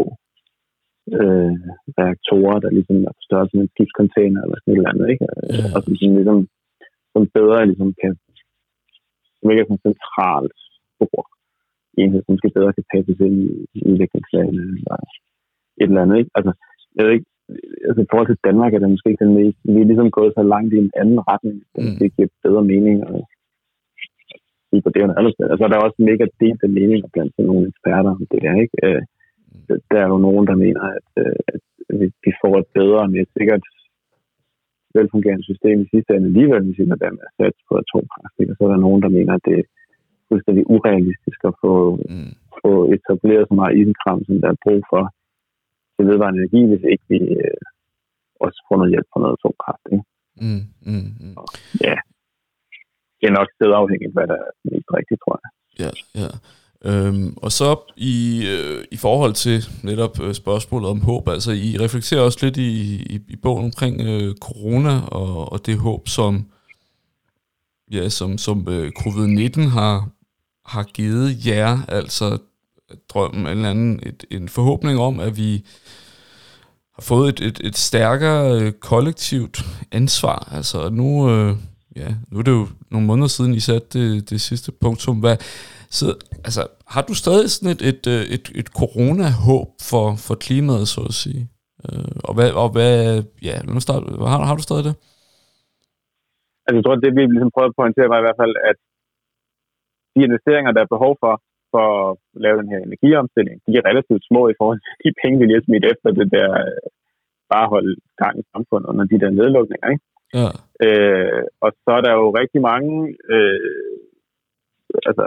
[SPEAKER 2] øh, reaktorer, der ligesom er på størrelse med en skibscontainer eller sådan et eller andet, ikke? Mm. Og som, som ligesom som bedre ligesom kan, som ikke er sådan centralt spor enhed, som skal bedre kan passes ind i udviklingslande eller et eller andet, ikke? Altså, jeg ved ikke, altså i forhold til Danmark er det måske ikke den mest, vi er ligesom gået så langt i en anden retning, mm. det giver bedre mening og i på det og andet sted. Altså, der er også mega delte meninger blandt sådan nogle eksperter om det her, ikke? Øh, der er jo nogen, der mener, at, at vi får et bedre og mere sikkert velfungerende system i sidste ende alligevel, hvis vi lader være med at satse på atomkraft. Og så er der nogen, der mener, at det er fuldstændig urealistisk at få, mm. få etableret så meget isenkram, som der er brug for til vedvarende energi, hvis ikke vi øh, også får noget hjælp fra noget atomkraft. Ikke? Mm, mm, mm. Og, ja, det er nok stedafhængigt, hvad der er mest rigtigt, tror jeg.
[SPEAKER 1] Ja, ja. Øhm, og så i, øh, i forhold til netop øh, spørgsmålet om håb, altså I reflekterer også lidt i, i, i bogen omkring øh, corona og, og det håb, som, ja, som, som øh, covid nitten har, har givet jer, altså drømmen, en eller anden, et, en forhåbning om, at vi har fået et, et, et stærkere øh, kollektivt ansvar. Altså nu, øh, ja, nu er det jo nogle måneder siden, I satte det, det sidste punktum. Hvad Så, altså, har du stadig sådan et, et, et, et corona-håb for, for klimaet, så at sige? Øh, og hvad, og hvad, ja, lad mig starte. Har, har du stadig det?
[SPEAKER 2] Altså, jeg tror, det vi ligesom prøvede at pointere var i hvert fald, at de investeringer, der er behov for, for at lave den her energiomstilling, de er relativt små i forhold til de penge, vi lige har smidt efter det der bare holde gang i samfundet under de der nedlukninger, ikke? Ja. Øh, og så er der jo rigtig mange, øh, altså,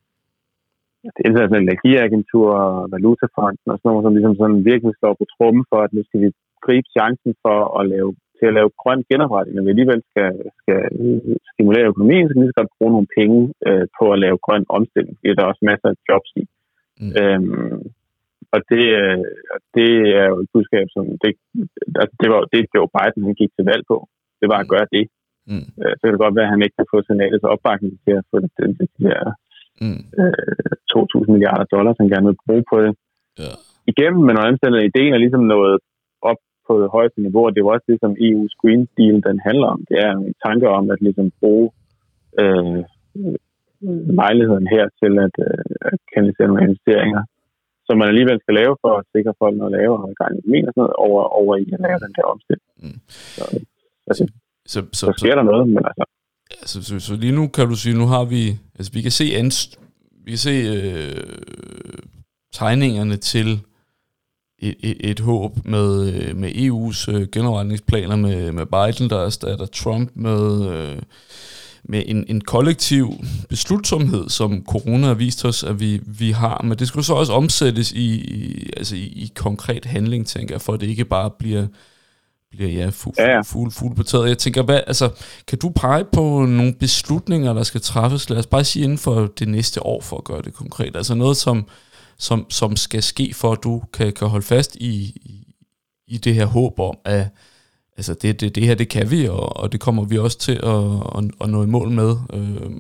[SPEAKER 2] det internationale energiagentur og valutafonden og sådan noget, som ligesom sådan virkelig står på trummen for, at nu skal vi gribe chancen for at lave, til at lave grøn genopretning. Når vi alligevel skal, skal stimulere økonomien, så kan vi lige så godt bruge nogle penge øh, på at lave grøn omstilling. Det er der også masser af jobs i. Mm. Øhm, og det, øh, det er jo et budskab, som det, altså det var det, Joe Biden han gik til valg på. Det var at gøre det. Mm. Øh, så kan det godt være, at han ikke kan få senatets opbakning til at få det, det, det der Mm. Øh, to tusind milliarder dollars, han gerne vil bruge på det. Ja. Igennem, men når anstændet ideen er ligesom nået op på det højeste niveau, og det er også det, som E U's Green Deal den handler om. Det er en tanke om at ligesom bruge øh, lejligheden her til at, øh, at kanalisere nogle investeringer, som man alligevel skal lave for at sikre folk noget lavere og gang i min og sådan noget, over, over i at lave den der omstilling. Mm. Så, altså, så, så, så sker så, der noget, men altså
[SPEAKER 1] Så, så, så lige nu kan du sige, nu har vi, altså vi kan se, anst, vi kan se øh, tegningerne til et, et, et håb med, med E U's øh, genopretningsplaner med, med Biden, der erstatter Trump med, øh, med en, en kollektiv beslutsomhed, som corona har vist os, at vi, vi har. Men det skulle så også omsættes i, i, altså i, i konkret handling, tænker jeg, for at det ikke bare bliver, bliver ja, fugl, ja, ja. fugl, fugl på taget. Jeg tænker, hvad, altså, kan du pege på nogle beslutninger, der skal træffes? Lad os bare sige inden for det næste år, for at gøre det konkret. Altså noget, som, som, som skal ske, for at du kan, kan holde fast i, i, i det her håb om, at altså det, det, det her, det kan vi, og, og det kommer vi også til at, at, at nå i mål med. Øh.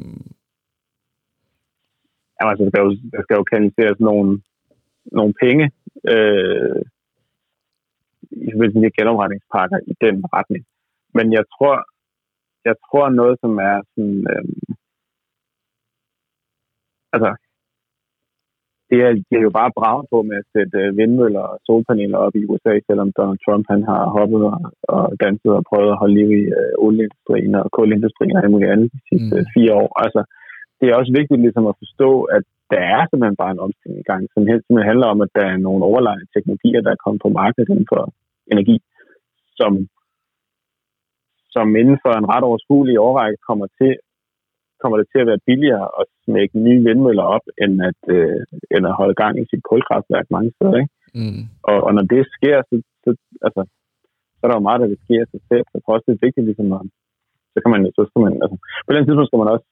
[SPEAKER 2] Ja, altså, der skal jo, der skal jo kanaliseres nogle, nogle penge øh, i forbindelse med genopretningspakker i den retning. Men jeg tror, jeg tror noget, som er sådan, øh, altså, det er, de er jo bare braget på med at sætte vindmøller og solpaneler op i U S A, selvom Donald Trump han har hoppet og, og danset og prøvet at holde liv i øh, olieindustrien og kulindustrien og alt muligt andet de sidste mm. fire år. Altså, det er også vigtigt ligesom at forstå, at der er simpelthen bare en omstilling i gang, som simpelthen handler om, at der er nogle overlegne teknologier, der er kommet på markedet inden for energi, som, som inden for en ret overskuelig årrække kommer til kommer det til at være billigere at smække nye vindmøller op, end at, øh, end at holde gang i sit kulkraftværk mange steder. Ikke? Mm. Og, og når det sker, så, så, altså, så er der jo meget, der vil ske af sig selv. Så jeg tror også, det er vigtigt, ligesom, at, så kan man, så skal man, altså, på den tidspunkt skal man også,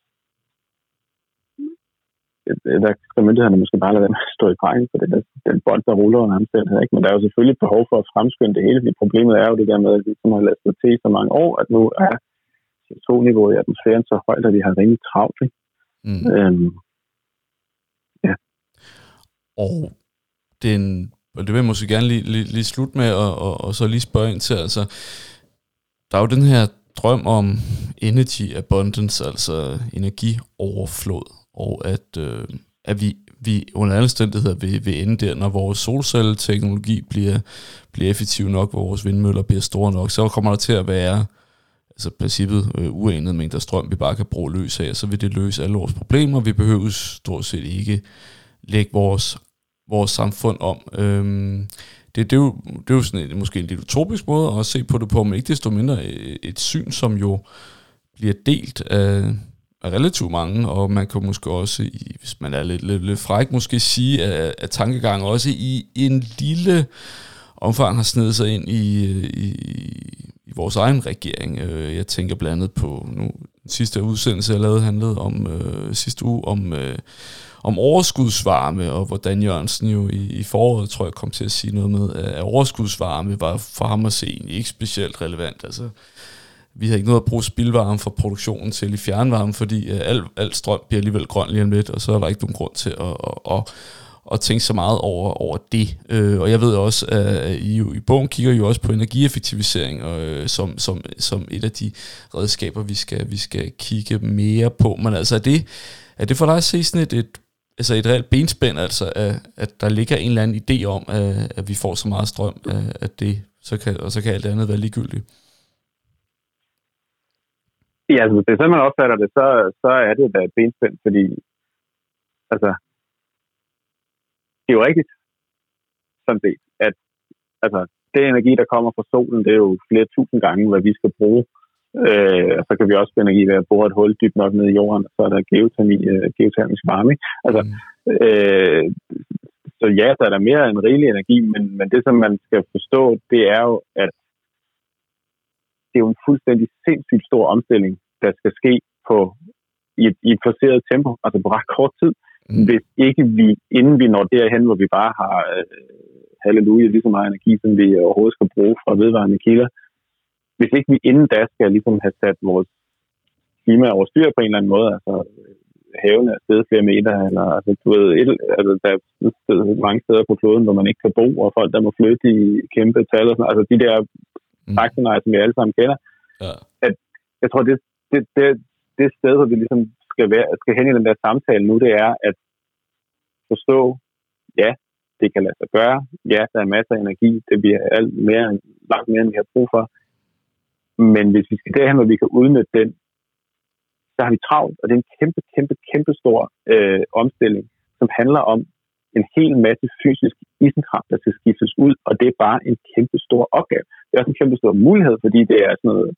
[SPEAKER 2] der skal myndighederne måske bare lade være med at stå i vejen for det, der, den bold, der ruller under omstændigheder. Ikke? Men der er jo selvfølgelig behov for at fremskynde det hele, fordi problemet er jo det der med, at vi har ladet det til så mange år, at nu er C O to niveauet i atmosfæren så højt, at vi har rimelig travlt. Mm. Øhm, ja.
[SPEAKER 1] Og den, og det vil jeg måske gerne lige, lige, lige slutte med, og, og, og så lige spørge ind til, altså, der er jo den her drøm om energy abundance, altså energioverflod, og at, øh, at vi, vi under alle omstændigheder vil, vil ende der, når vores solcelleteknologi bliver, bliver effektiv nok, hvor vores vindmøller bliver store nok, så kommer der til at være altså princippet øh, uanet mængder strøm, vi bare kan bruge løs af, så vil det løse alle vores problemer. Vi behøver stort set ikke lægge vores, vores samfund om. Øhm, det, det, er jo, det er jo sådan en, måske en lidt utopisk måde at se på det på, men ikke desto mindre et, et syn, som jo bliver delt af, af relativt mange, og man kan måske også, i, hvis man er lidt, lidt, lidt fræk, måske sige, at, at tankegang også i en lille omfang har snedet sig ind i, i i vores egen regering. Jeg tænker blandt andet på nu, den sidste udsendelse, jeg lavede, handlede om øh, sidste uge om, øh, om overskudsvarme, og hvordan Jørgensen jo i, i foråret, tror jeg, kom til at sige noget med, at overskudsvarme var for ham at se ikke specielt relevant. Altså, vi har ikke noget at bruge spildvarme fra produktionen til i fjernvarme, fordi øh, al, al strøm bliver alligevel grøn lige om lidt, og så er der ikke nogen grund til at, at, at og tænke så meget over, over det. Øh, og jeg ved også, at I, i bogen kigger jo også på energieffektivisering og, øh, som, som, som et af de redskaber, vi skal, vi skal kigge mere på. Men altså, er det, er det for dig at se sådan et, et, altså et reelt benspænd, altså, at, at der ligger en eller anden idé om, at, at vi får så meget strøm, at det, så kan, og så kan alt andet være ligegyldigt?
[SPEAKER 2] Ja, altså, hvis det er sådan, man opfatter det, så, så er det da et benspænd, fordi altså, det er jo rigtigt, sådan set, at altså, det energi, der kommer fra solen, det er jo flere tusind gange, hvad vi skal bruge. Øh, og så kan vi også få energi ved at bore et hul dybt nok ned i jorden, og så er der geotermi, øh, geotermisk varme. Altså, mm. øh, så ja, der er der mere end rigelig energi, men, men det, som man skal forstå, det er jo, at det er jo en fuldstændig sindssygt stor omstilling, der skal ske på, i, et, i et forceret tempo, altså på ret kort tid. Mm. Hvis ikke vi, inden vi når derhen, hvor vi bare har øh, halleluja, lige så meget energi, som vi overhovedet skal bruge fra vedvarende kilder, hvis ikke vi inden da skal ligesom have sat vores klima over styr på en eller anden måde, altså havene er stedet flere meter, eller altså, du ved, et, altså, der er mange steder på kloden, hvor man ikke kan bo, og folk, der må flytte i kæmpe tal, og sådan, altså de der faktorer, mm. som vi alle sammen kender, ja. At jeg tror, det, det, det, det sted, hvor vi ligesom skal, være, skal hen i den der samtale nu, det er at forstå, ja, det kan lade sig gøre, ja, der er masser af energi, det bliver alt mere, langt mere, end vi har brug for, men hvis vi skal derhen, hvor vi kan udnytte den, så har vi travlt, og det er en kæmpe, kæmpe, kæmpe stor øh, omstilling, som handler om en hel masse fysisk isenkram, der skal skiftes ud, og det er bare en kæmpe stor opgave. Det er også en kæmpe stor mulighed, fordi det er sådan noget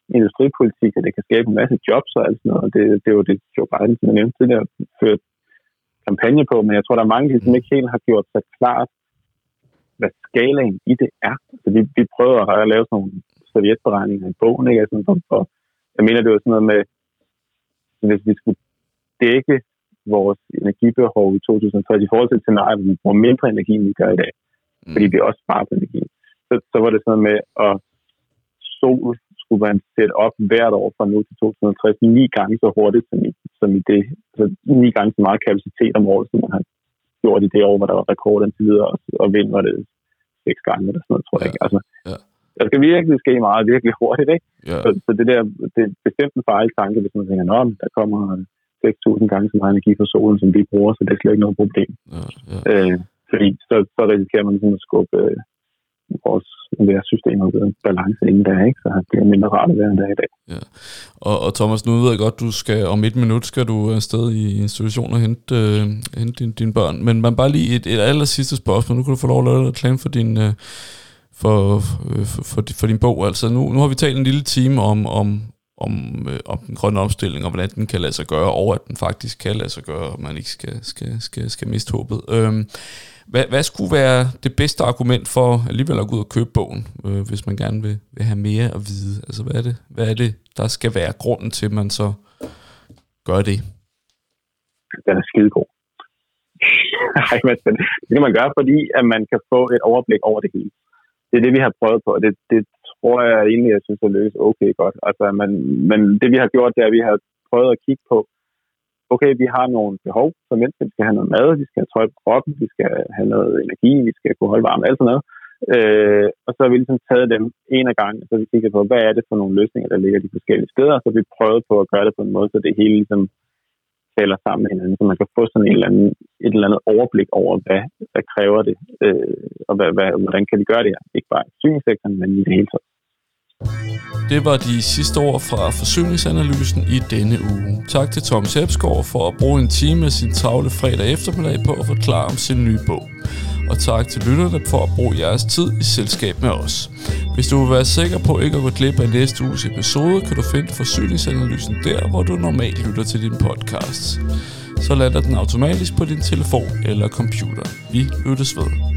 [SPEAKER 2] industripolitik, og det kan skabe en masse jobs og alt sådan noget. Det, det er jo det, Joe Biden, som jeg nævnte tidligere, ført kampagne på, men jeg tror, der er mange, som ikke helt har gjort sig klart, hvad skalaen i det er. Altså, vi, vi prøver at lave sådan nogle sovjetberegninger i bogen, ikke? Altså, for, for, jeg mener, det var sådan noget med, hvis vi skulle dække vores energibehov i to tusind og tres i forhold til et scenarie, hvor vi bruger mindre energi, end vi gør i dag, mm. fordi vi også sparer på energi. Så, så var det sådan noget med, at sol skulle man sætte op hvert år fra nu til to tusind og tres ni gange så hurtigt, som i, som i det. Altså ni gange så meget kapacitet om året, som man har gjort i det år, hvor der var rekord indtil videre, og, og vind var det seks gange eller sådan noget, tror jeg ikke. Altså, ja. Der skal virkelig ske meget, virkelig hurtigt, ikke? Ja. Så, så det der, det er bestemt en fejltanke, hvis man tænker, nå, der kommer seks tusind gange så meget energi fra solen, som vi bruger, så det er slet ikke noget problem. Ja, ja. Øh, fordi så, så risikerer man sådan at skubbe øh, vores værtsystemer ved en balance inden der, ikke? Så det er mindre rart at være en dag i dag.
[SPEAKER 1] Ja. Og, og Thomas, nu ved jeg godt, du skal om et minut skal du afsted i institutionen og hente, øh, hente dine, dine børn. Men man bare lige et, et aller sidste spørgsmål. Nu kan du få lov at lave reklame for din, øh, for, for, for, for din bog. Altså nu, nu har vi talt en lille time om, om, om, øh, om den grønne omstilling, og hvordan den kan lade sig gøre, og at den faktisk kan lade sig gøre, og man ikke skal, skal, skal, skal miste håbet. Øh, Hvad, hvad skulle være det bedste argument for alligevel at gå ud og købe bogen, øh, hvis man gerne vil, vil have mere at vide? Altså, hvad er, det, hvad er det, der skal være grunden til, at man så gør det?
[SPEAKER 2] Den er skidegod. Nej, men det kan man gøre, fordi at man kan få et overblik over det hele. Det er det, vi har prøvet på, og det, det tror jeg egentlig, jeg synes, at løse okay godt. Altså, man, men det, vi har gjort, det er, at vi har prøvet at kigge på, okay, vi har nogle behov som mennesker. Vi skal have noget mad, vi skal have tøj på kroppen, vi skal have noget energi, vi skal kunne holde varme, alt sådan noget. Øh, og så har vi ligesom taget dem en af gangen, og så har vi kigget på, hvad er det for nogle løsninger, der ligger de forskellige steder, og så har vi prøvet på at gøre det på en måde, så det hele ligesom taler sammen med hinanden, så man kan få sådan en eller anden, et eller andet overblik over, hvad, hvad kræver det, øh, og hvad, hvad, hvordan kan vi gøre det her. Ikke bare i forsyningssektoren, men i det hele taget.
[SPEAKER 1] Det var de sidste ord fra Forsyningsanalysen i denne uge. Tak til Tom Sebsgaard for at bruge en time af sin travle fredag eftermiddag på at forklare om sin nye bog. Og tak til lytterne for at bruge jeres tid i selskab med os. Hvis du vil være sikker på ikke at gå glip af næste uges episode, kan du finde Forsyningsanalysen der, hvor du normalt lytter til din podcast. Så lander den automatisk på din telefon eller computer. Vi lyttes ved.